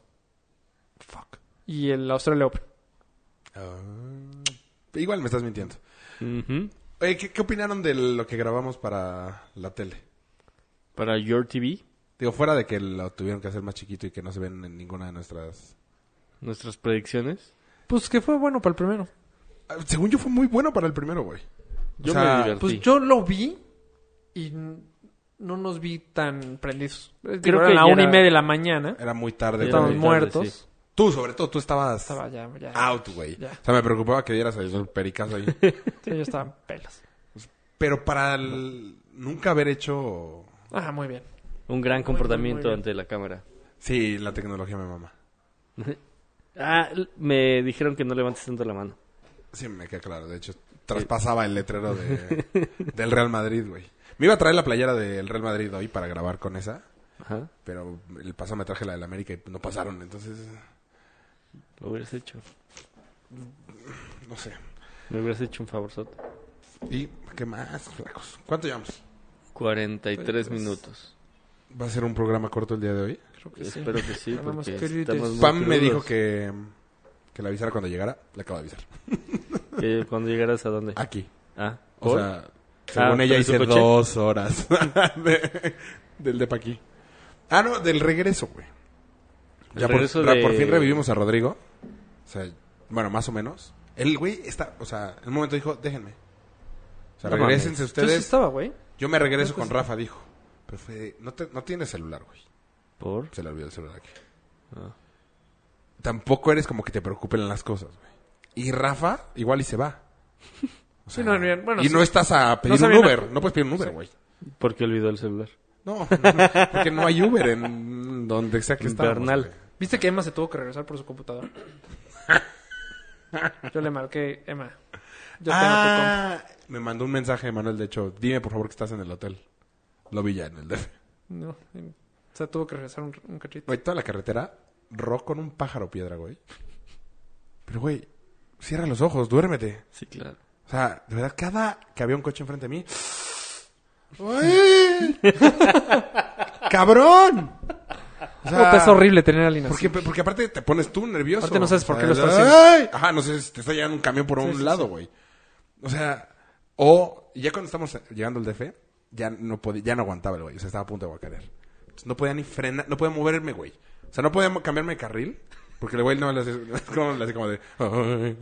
fuck, y el Australia Open. Ah, igual me estás mintiendo. Ujú. Oye, ¿qué, ¿qué opinaron de lo que grabamos para la tele? Para Your T V, Digo, fuera de que lo tuvieron que hacer más chiquito y que no se ven en ninguna de nuestras... nuestras predicciones. Pues que fue bueno para el primero. Ah, según yo fue muy bueno para el primero, güey. O Yo sea, me divertí. Pues yo lo vi y n- no nos vi tan prendidos. Creo Creo que a que la ya una y era- media de la mañana. Era muy tarde. Era Estábamos güey. muy tarde, muertos. sí. Tú, sobre todo, tú estabas Estaba ya, ya. out, güey. Ya. O sea, me preocupaba que dieras el pericazo ahí. Sí, yo estaba en pelas. Pero para el... nunca haber hecho... Ah, muy bien. Un gran muy, comportamiento muy bien. ante la cámara. Sí, la tecnología me mama. Ah, l- me dijeron que no levantes tanto la mano. Sí, me queda claro. De hecho, traspasaba el letrero de, del Real Madrid, güey. Me iba a traer la playera del Real Madrid hoy para grabar con esa. Ajá, Pero el pasado me traje la del América y no pasaron. Entonces, lo hubieras hecho. no sé. Me hubieras hecho un favorzote. ¿Y qué más, flacos? ¿Cuánto llevamos? cuarenta y tres minutos. ¿Va a ser un programa corto el día de hoy? Creo que sí. Espero que sí, Nada más porque que estamos muy Pam me crudos. dijo que, que le avisara cuando llegara. Le acabo de avisar. Que cuando llegaras a dónde. Aquí. Ah, O ¿por? sea, según Ah, ella ¿pero hice tu coche? dos horas de- del de pa' aquí. Ah, no, del regreso, güey. El Ya por, regreso ra- de- por fin revivimos a Rodrigo. O sea, bueno, más o menos. El güey está, o sea, en un momento dijo, déjenme. O sea, No regrésense mames. Yo sí ustedes. estaba, güey. Yo me regreso Creo que con sí. Rafa, dijo. Pero fue, no, te, no tienes celular, güey. ¿Por? Se le olvidó el celular aquí. Ah. Tampoco eres como que te preocupen las cosas, güey. Y Rafa, igual y se va. O Sí, no, bien, bueno, y sí. no estás a pedir No un sabía Uber. nada. No puedes pedir un Uber, güey. ¿Por qué olvidó el celular? No, porque no hay Uber en donde sea que estamos, Infernal. güey. ¿Viste que Emma se tuvo que regresar por su computadora? Yo le marqué, Emma. Yo tengo Ah, me mandó un mensaje, Manuel, de hecho. Dime, por favor, que estás en el hotel. Lo vi ya en el D F. tu com- No, o sea, tuvo que regresar un, un cachito. Güey, toda la carretera, ro con un pájaro piedra, güey. Pero, güey, cierra los ojos, duérmete. Sí, claro. O sea, de verdad, cada que había un coche enfrente de mí... ¡Uy! ¡Cabrón! O Puta, es horrible tener a alguien así. Porque, porque aparte te pones tú nervioso. Aparte no sabes por qué lo O sea, estás haciendo. ¡ay! Ajá, no sé si te está llegando un camión por Sí, un sí, lado, sí. güey. O sea, o ya cuando estamos llegando al D F, ya no podía, ya no aguantaba el güey. O sea, estaba a punto de guacarear. Entonces, no podía ni frenar, no podía moverme, güey. O sea, no podía cambiarme de carril. Porque el güey no le hace como, le hace como de... "Ay".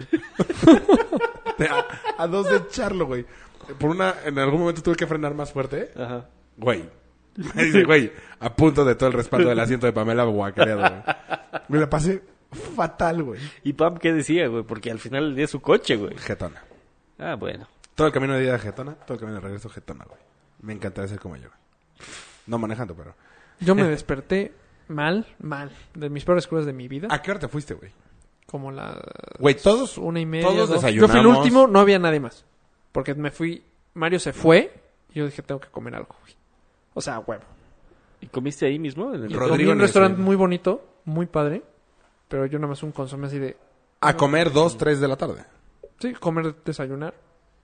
De a, a dos de echarlo, güey. Por una... En algún momento tuve que frenar más fuerte. Ajá. Güey. Me dice, güey, a punto de todo el respaldo del asiento de Pamela guacareado, güey. Me la pasé fatal, güey. ¿Y Pam qué decía, güey? Porque al final del día es su coche, güey. Getona. Ah, bueno. Todo el camino de ida Getona, todo el camino de regreso Getona, güey. Me encantaría ser como yo, güey. No manejando, pero... Yo me desperté mal, mal. De mis peores cosas de mi vida. ¿A qué hora te fuiste, güey? Como las Güey, todos... una y media. todos dos. Yo desayunamos. fui el último, no había nadie más. Porque me fui... Mario se fue. Y yo dije, tengo que comer algo, güey. O sea, huevo. ¿Y comiste ahí mismo? En el... Y Rodrigo comí en un ni restaurante ese. muy bonito, muy padre. Pero yo nada más un consomé así de... A comer dos, tres de la tarde. Sí, comer, desayunar.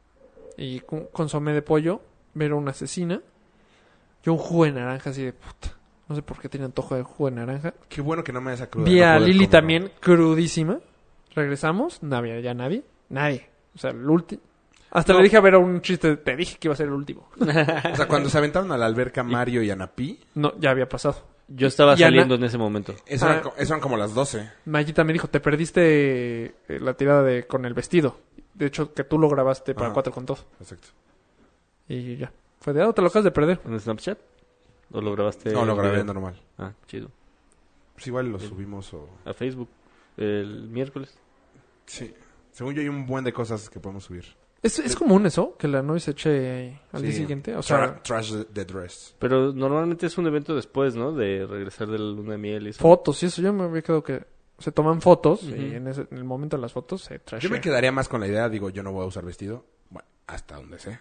Y con- consomé de pollo. Ver a una asesina. Yo un jugo de naranja así de puta. No sé por qué tenía antojo de jugo de naranja. Qué bueno que no me esa cruda. Vi no a poder Lili comer. también crudísima. Regresamos. No había ya nadie. Nadie. O sea, el último. Hasta No. le dije a ver un chiste. Te dije que iba a ser el último. O sea, cuando se aventaron a la alberca Mario y Anapi, No, ya había pasado. Yo estaba Y Ana- saliendo en ese momento. eso, Ah. eran, co- eso eran como las doce. Mayita me dijo, te perdiste eh, la tirada de con el vestido. De hecho, que tú lo grabaste para Ajá. cuatro con todo. Exacto. Y ya. Fue de, ah, te lo acabas de perder. ¿En Snapchat? ¿O lo grabaste? No, lo en grabé video? normal. Ah, chido. Pues igual lo subimos o... A Facebook. El miércoles. Sí. Según yo hay un buen de cosas que podemos subir. ¿Es, es común eso? Que la novia se eche al día Sí. siguiente. O Tra- sea, trash the, the dress. Pero normalmente es un evento después, ¿no? De regresar de la luna de miel y eso. fotos y eso. Yo me había quedado que se toman fotos Ujú. y en, ese- en el momento de las fotos se Yo trashea. me quedaría más con la idea, digo, yo no voy a usar vestido. Bueno, hasta donde sé.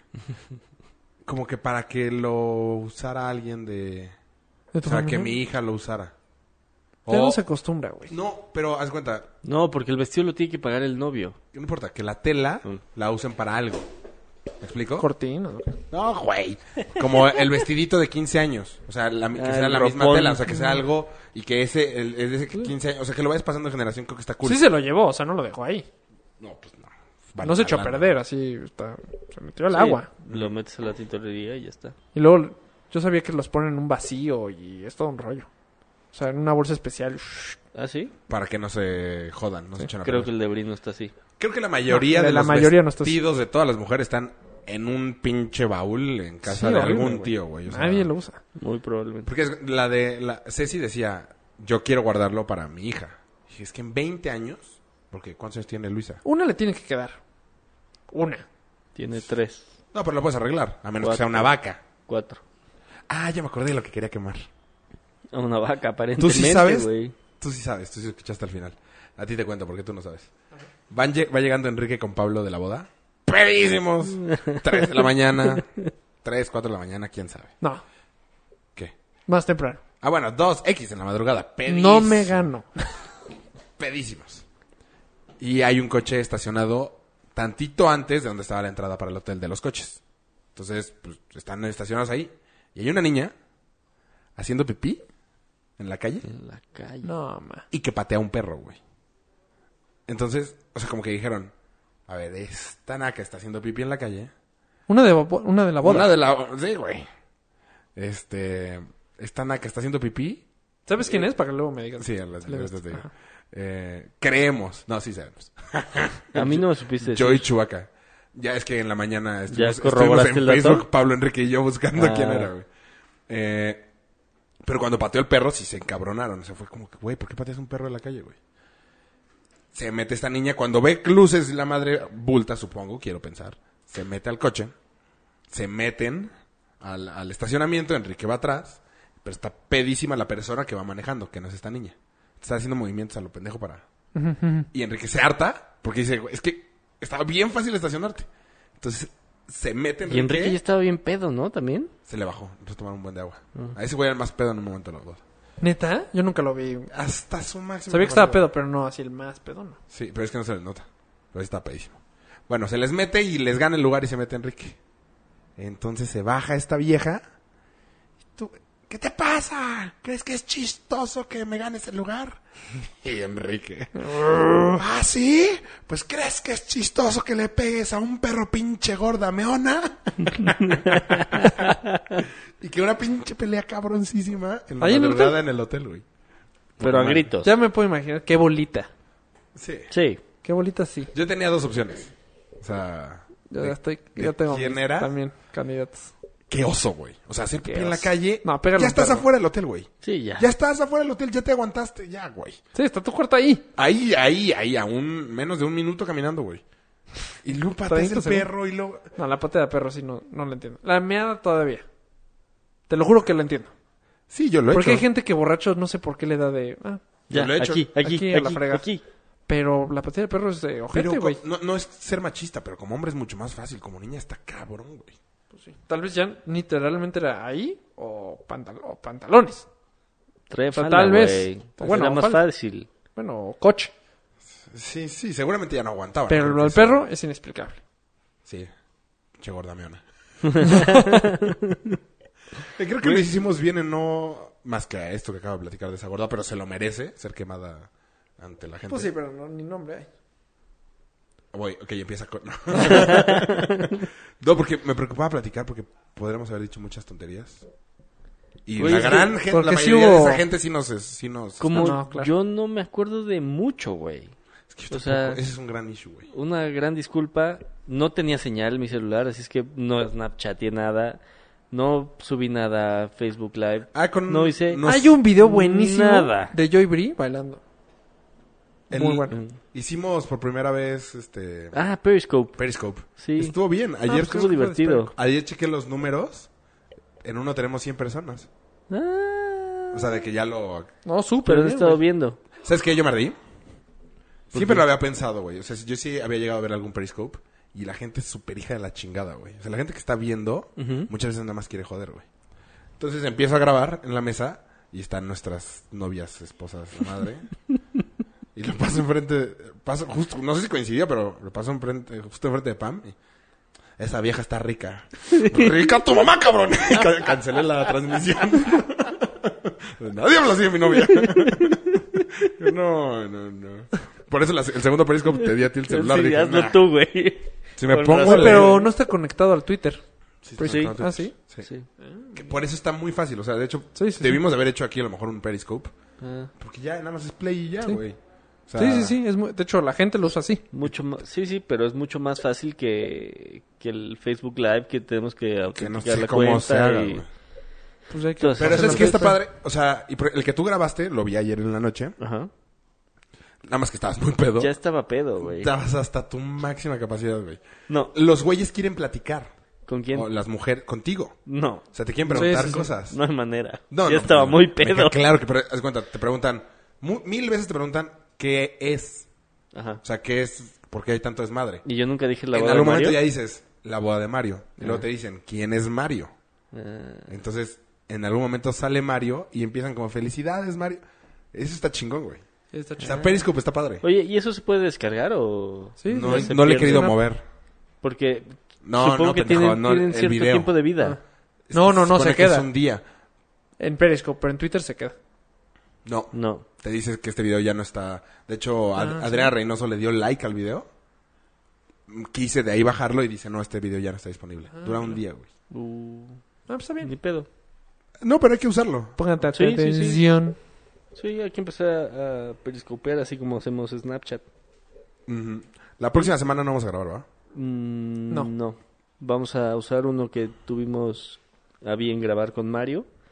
Como que para que lo usara alguien de... ¿De O tu sea, familia? que mi hija lo usara. Ya O- no se acostumbra, güey. No, pero haz cuenta, No, porque el vestido lo tiene que pagar el novio. no importa, que la tela Mm. la usen para algo. ¿Me explico? Cortina. ¿no? No, güey. Como el vestidito de quince años. O sea, la, que Ah, sea el la misma ropón. tela. O sea, que sea algo y que ese, el, el de ese quince años, o sea, que lo vayas pasando de generación, creo que está cool. Sí se lo llevó, o sea, no lo dejó ahí. No, pues no. Vale, no se echó a lana. perder, así. está- se metió al Sí, agua. Lo metes a la tintorería y ya está. Y luego yo sabía que los ponen en un vacío y es todo un rollo. O sea, en una bolsa especial. ¿Ah, sí? Para que no se jodan, no se echen a Creo que perder. el de Brin no está así. Creo que la mayoría No, de de la los mayoría no está así. vestidos de todas las mujeres están en un pinche baúl en casa Sí, de horrible, algún güey. tío, güey. O sea, Nadie lo usa. Muy probablemente. Porque es la de... La, Ceci decía, yo quiero guardarlo para mi hija. Y dije, es que en veinte años... Porque ¿cuántos años tiene Luisa? Una le tiene que quedar. Una. Tiene tres, No, pero lo puedes arreglar. A menos que Cuatro. sea una vaca. cuatro. Ah, ya me acordé de lo que quería quemar. A una vaca, ¿Tú aparentemente, sí sabes? güey. Tú sí sabes, tú sí escuchaste al final. A ti te cuento porque tú no sabes. Van lle- va llegando Enrique con Pablo de la boda. ¡Pedísimos! Tres de la mañana. Tres, cuatro de la mañana, quién sabe. No, ¿Qué? más temprano. Ah, bueno, dos X en la madrugada. Pedísimos. No me gano. Pedísimos. Y hay un coche estacionado tantito antes de donde estaba la entrada para el hotel de los coches. Entonces, pues, están estacionados ahí. Y hay una niña haciendo pipí en la calle En la calle. No, ma. y que patea a un perro, güey. Entonces, o sea, como que dijeron, a ver, esta naca está haciendo pipí en la calle. Una de, bo- una de la boda. Una de la... Sí, güey. Este... Esta naca está haciendo pipí. ¿Sabes quién es? Para que luego me digas. Sí, a las Le ahorita gusta. te digo. Ajá. Eh, creemos. No, sí sabemos. A mí no me supiste decir. Yo y Chubaca. Ya es que en la mañana estuvimos, ¿Ya estuvimos corroboraste en el dato? Facebook, Pablo, Enrique y yo buscando Ah. quién era, güey. Eh, Pero cuando pateó el perro, sí se encabronaron. O sea, fue como que, güey, ¿por qué pateas un perro en la calle, güey? Se mete esta niña, cuando ve luces, la madre bulta, supongo, quiero pensar. Se mete al coche. Se meten al, al estacionamiento. Enrique va atrás. Pero está pedísima la persona que va manejando, que no es esta niña. Está haciendo movimientos a lo pendejo para... Y Enrique se harta, porque dice, es que estaba bien fácil estacionarte. Entonces, se mete Enrique. Y Enrique ya estaba bien pedo, ¿no? También. Se le bajó, empezó a tomar un buen de agua. A ese güey era el más pedo en un momento de los dos. ¿Neta? Yo nunca lo vi. Hasta su máximo. Sabía que estaba pedo, pero no así el más pedo, ¿no? Sí, pero es que no se les nota. Pero ahí está pedísimo. Bueno, se les mete y les gana el lugar y se mete Enrique. Entonces se baja esta vieja. Y tú, ¿qué te pasa? ¿Crees que es chistoso que me ganes el lugar? Y Enrique. ¿Ah, sí? Pues ¿crees que es chistoso que le pegues a un perro pinche gorda meona? Y que una pinche pelea cabroncísima en la ¿Ahí en el madrugada hotel? en el hotel, güey. Pero a Bueno, gritos. Ya me puedo imaginar. Qué bolita. Sí. Sí. Qué bolita sí. Yo tenía dos opciones. O sea... Yo de- ya estoy... de Ya tengo ¿Quién mis era? también candidatos. Qué oso, güey. O sea, hacer Qué pipí en la oso. calle. No, pégale ya un estás perro. afuera del hotel, güey. Sí, ya. Ya estás afuera del hotel, ya te aguantaste, ya, güey. Sí, está tu cuarto ahí. Ahí, ahí, ahí, a un menos de un minuto caminando, güey. Y luego pateas treinta el segundos. perro y luego... No, la patea de perro sí no, no la entiendo. La meada todavía. Te lo juro que la entiendo. Sí, yo lo he Porque hecho. hay gente que borracho no sé por qué le da de... Ah, Ya, Yo lo he hecho. aquí, aquí, Aquí aquí, a la fregada. aquí. pero la patea de perro es de Pero ojete, co- güey. no, no es ser machista, pero como hombre es mucho más fácil. Como niña está cabrón, güey. Pues sí. Tal vez ya literalmente era ahí o, pantal- o pantalones. Trae O sea, falda, tal vez. güey. O bueno, Era más falda. fácil. Bueno, o coche. Sí, sí, seguramente ya no aguantaba. Pero ¿no? lo Porque del sí. perro es inexplicable. Sí. Che gordameona. Eh, Creo que lo hicimos bien en no... Más que a esto que acabo de platicar de esa gorda, pero se lo merece ser quemada ante la gente. Pues sí, pero no, ni nombre hay. Voy, ok, empieza con... No, porque me preocupaba platicar porque podríamos haber dicho muchas tonterías. Y Güey, la es que- gran gente, porque la sí mayoría de hubo- esa gente sí nos... Sí nos Como No, claro. yo no me acuerdo de mucho, güey. es que yo o sea- tampoco- ese es un gran issue, güey. Una gran disculpa. No tenía señal mi celular, así es que no Snapchateé nada. No subí nada a Facebook Live. Ah, con... No hice... nos- Hay un video buenísimo Nada. de Joy Brie bailando. el- Muy bueno. Hicimos por primera vez este... Ah, Periscope. Periscope. Sí. Estuvo bien. Ayer, pues Estuvo divertido. ayer chequé los números. En uno tenemos cien personas. Ah, O sea, de que ya lo... No, súper pero he bien, estado güey. viendo. ¿Sabes qué? Yo me reí. Siempre lo había pensado, güey. O sea, yo sí había llegado a ver algún Periscope. Y la gente es súper hija de la chingada, güey. O sea, la gente que está viendo, Ujú. muchas veces nada más quiere joder, güey. Entonces empiezo a grabar en la mesa. Y están nuestras novias, esposas, la madre. Y lo paso enfrente... Paso justo... No sé si coincidió, pero lo paso enfrente, justo enfrente de Pam. Y, esa vieja está rica. ¡Rica tu mamá, cabrón! Y ca- cancelé la transmisión. Nadie habla así de mi novia. Yo, no, no, no. Por eso la- el segundo Periscope te di a ti el celular. Sí, Dije, hazlo nah. tú, güey. Si me Con pongo razón. a leer- Pero no está conectado al Twitter. Sí, Pues está sí. conectado a Ah, ¿sí? Twitter. Sí. Que por eso está muy fácil. O sea, de hecho, Sí, sí, debimos de haber hecho aquí a lo mejor un Periscope. Ah, Porque ya nada más es play y ya, Sí. güey. O sea, Sí, sí, sí. Es muy- de hecho, la gente lo usa así. mucho más, sí, sí, pero es mucho más fácil que, que el Facebook Live, que tenemos que Que no autenticar sé la cómo cuenta se haga, y... güey. Pues hay que Entonces, Pero hacerlo eso es que está Twitter. padre. O sea, y por- el que tú grabaste, lo vi ayer en la noche. Ajá. Nada más que estabas muy pedo. Ya estaba pedo, güey. Estabas hasta tu máxima capacidad, güey. No, Los güeyes quieren platicar. ¿con quién? O las mujeres, contigo. No, O sea, te quieren preguntar Sí, sí, sí. cosas. no hay manera. No, ya no, estaba no, muy me queda pedo. Claro que, pero, haz de cuenta, te preguntan, mu- mil veces te preguntan qué es. Ajá. O sea, qué es, por qué hay tanto desmadre. Y yo nunca dije la En boda de algún Mario. momento ya dices, la boda de Mario. Y luego Ah. te dicen, ¿quién es Mario? Ah, Entonces, en algún momento sale Mario y empiezan como, felicidades, Mario. Eso está chingón, güey. Está O chido. sea, Periscope está padre. Oye, ¿y eso se puede descargar o...? Sí, no se no le he pierde. querido Una- mover. Porque No, supongo no, que pendejo, tienen, no, tienen el cierto video. tiempo de vida. No, no, no, supone se que queda. Es un día. En Periscope, pero en Twitter se queda. No. No. Te dices que este video ya no está. De hecho, Ad- Ah, Adriana Reynoso le dio like al video. Quise de ahí bajarlo y dice, no, este video ya no está disponible. Dura un día, güey. Uh, Ah, pues está bien. ni pedo. No, pero hay que usarlo. Póngate Sí, sí, sí. atención. Sí, hay que empezar a, a periscopear así como hacemos Snapchat. Ujú. La próxima semana no vamos a grabar, ¿va? Mm, No. no. Vamos a usar uno que tuvimos a bien grabar con Mario.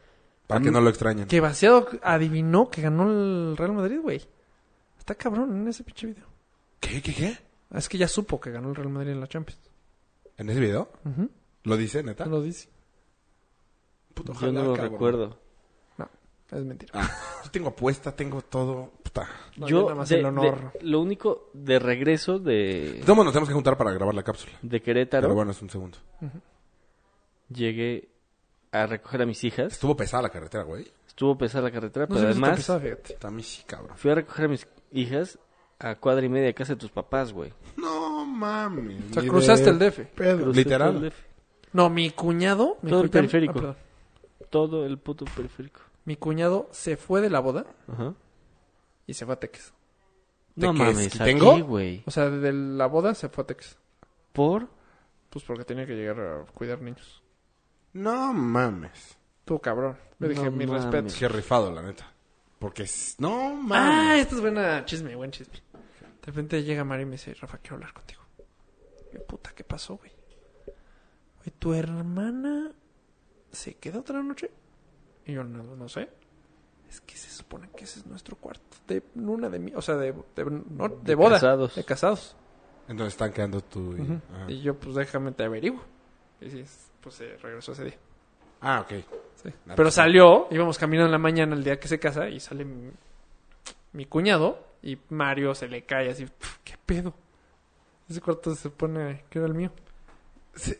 Para que no lo extrañen. Que Vaciado adivinó que ganó el Real Madrid, güey. Está cabrón en ese pinche video. ¿Qué, qué, qué? Es que ya supo que ganó el Real Madrid en la Champions. ¿En ese video? Ujú. ¿Lo dice, neta? Lo dice. Puto, Yo ojalá, no lo cabrón. recuerdo. No, es mentira. Ah, yo tengo apuesta, tengo todo. Puta. No, yo yo, nada más de- el honor. de- lo único de regreso de, Todos nos tenemos que juntar para grabar la cápsula. de Querétaro, Pero bueno, es un segundo. llegué a recoger a mis hijas. Estuvo pesada la carretera, güey. Estuvo pesada la carretera, No pero sé si está además pesado, fíjate. Está sí, cabrón. fui a recoger a mis hijas a cuadra y media de casa de tus papás, güey. No mames. O sea, ni cruzaste de el D F. pedo. Crucé todo el Literal. D F. No, mi cuñado... Mi Todo el cuñado- periférico. ah, perdón. Todo el puto periférico. Mi cuñado se fue de la boda Ajá. y se fue a Texas. No qué mames, es? aquí, ¿Tengo? güey. O sea, de la boda se fue a Texas. ¿Por? Pues porque tenía que llegar a cuidar niños. No mames. Tú, cabrón. Le dije, No mis mames. respetos. Qué rifado, la neta. Porque es... No Ah, mames. esto es buena chisme, buen chisme. De repente llega Mari y me dice, Rafa, quiero hablar contigo. Y yo, puta, ¿qué pasó, güey? Oye, ¿tu hermana se queda otra noche? Y yo, no, no sé. Es que se supone que ese es nuestro cuarto de luna de mi... O sea, de, de, no, de, De boda. casados. De casados. Entonces están quedando tú y... Ujú. Ajá. Y yo, pues, déjame te averiguo. Y sí, pues se regresó ese día. Ah, ok. Sí. Ah, Pero pues, salió, íbamos caminando en la mañana el día que se casa y sale mi, mi cuñado y Mario se le cae así, "Pf, ¿qué pedo? Ese cuarto se pone que era el mío. Sí.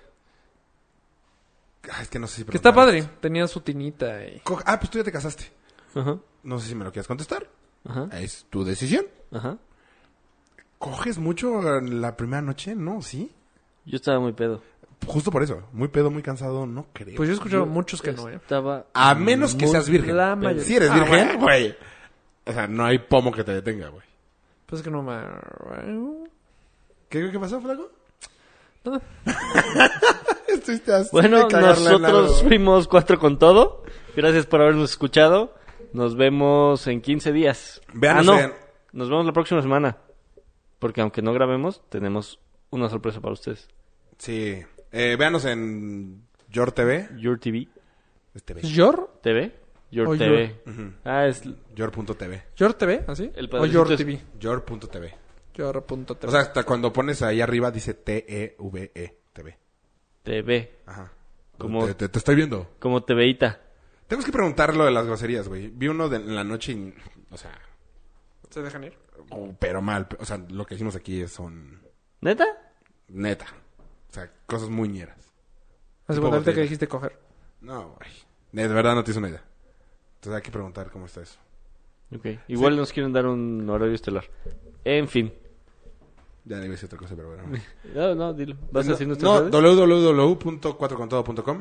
Ah, es que no sé si... Que está preguntar. padre, tenía su tinita y... Co- Ah, pues tú ya te casaste. Ajá. No sé si me lo quieres contestar. Ajá. Es tu decisión. Ajá. ¿Coges mucho en la primera noche? No, ¿sí? Yo estaba muy pedo. Justo por eso. Muy pedo, muy cansado, no creo. Pues yo he escuchado Yo muchos que no, ¿eh? Estaba A menos que muy seas virgen. la mayoría. Si eres Ah, virgen, güey. O sea, no hay pomo que te detenga, güey. Pues es que no me... ¿Qué, ¿Qué pasó, flaco? Nada. Estuviste así Bueno, de cagarla en nosotros algo. fuimos Cuatro con Todo. Gracias por habernos escuchado. Nos vemos en quince días. Véanos ah, no. en- Nos vemos la próxima semana. Porque aunque no grabemos, tenemos una sorpresa para ustedes. Sí. Eh, véanos en Yor T V. Your T V. Es T V. ¿Es Yor? ¿T V? Your O T V. Ujú. Ah, es Yor punto T V. ¿Yor T V? ¿Así? El ¿O padrecito Yor es- T V? Yor punto T V. Yor punto T V. O sea, hasta cuando pones ahí arriba dice T E V E T V. T V. Ajá. Como- Te, te- te estoy viendo. Como TVita. Tenemos que preguntar lo de las groserías, güey. Vi uno de, en la noche y... O sea... ¿Se dejan ir? oh, pero mal. O sea, lo que hicimos aquí es son... ¿Neta? Neta. O sea, cosas muy ñeras. Hace Tipo cuenta que botella. dijiste coger. No, güey. De verdad no te hice una idea. Entonces hay que preguntar cómo está eso. Ok. Igual nos quieren dar un horario estelar. En fin. Ya le iba a decir otra cosa, pero bueno. No, no, dilo. ¿Vas a no, decir nuestras no, redes? doble u doble u doble u punto cuatro con todo punto com.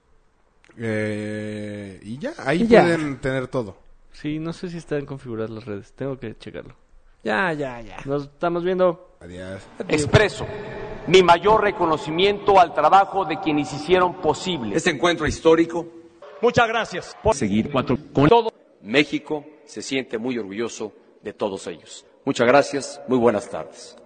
Eh, y ya, ahí Y ya. pueden tener todo. Sí, no sé si están configuradas las redes. Tengo que checarlo. Ya, ya, ya. Nos estamos viendo. Adiós. Expreso mi mayor reconocimiento al trabajo de quienes hicieron posible Este encuentro histórico, Muchas gracias por seguir cuatro con todo. México se siente muy orgulloso de todos ellos. Muchas gracias, muy buenas tardes.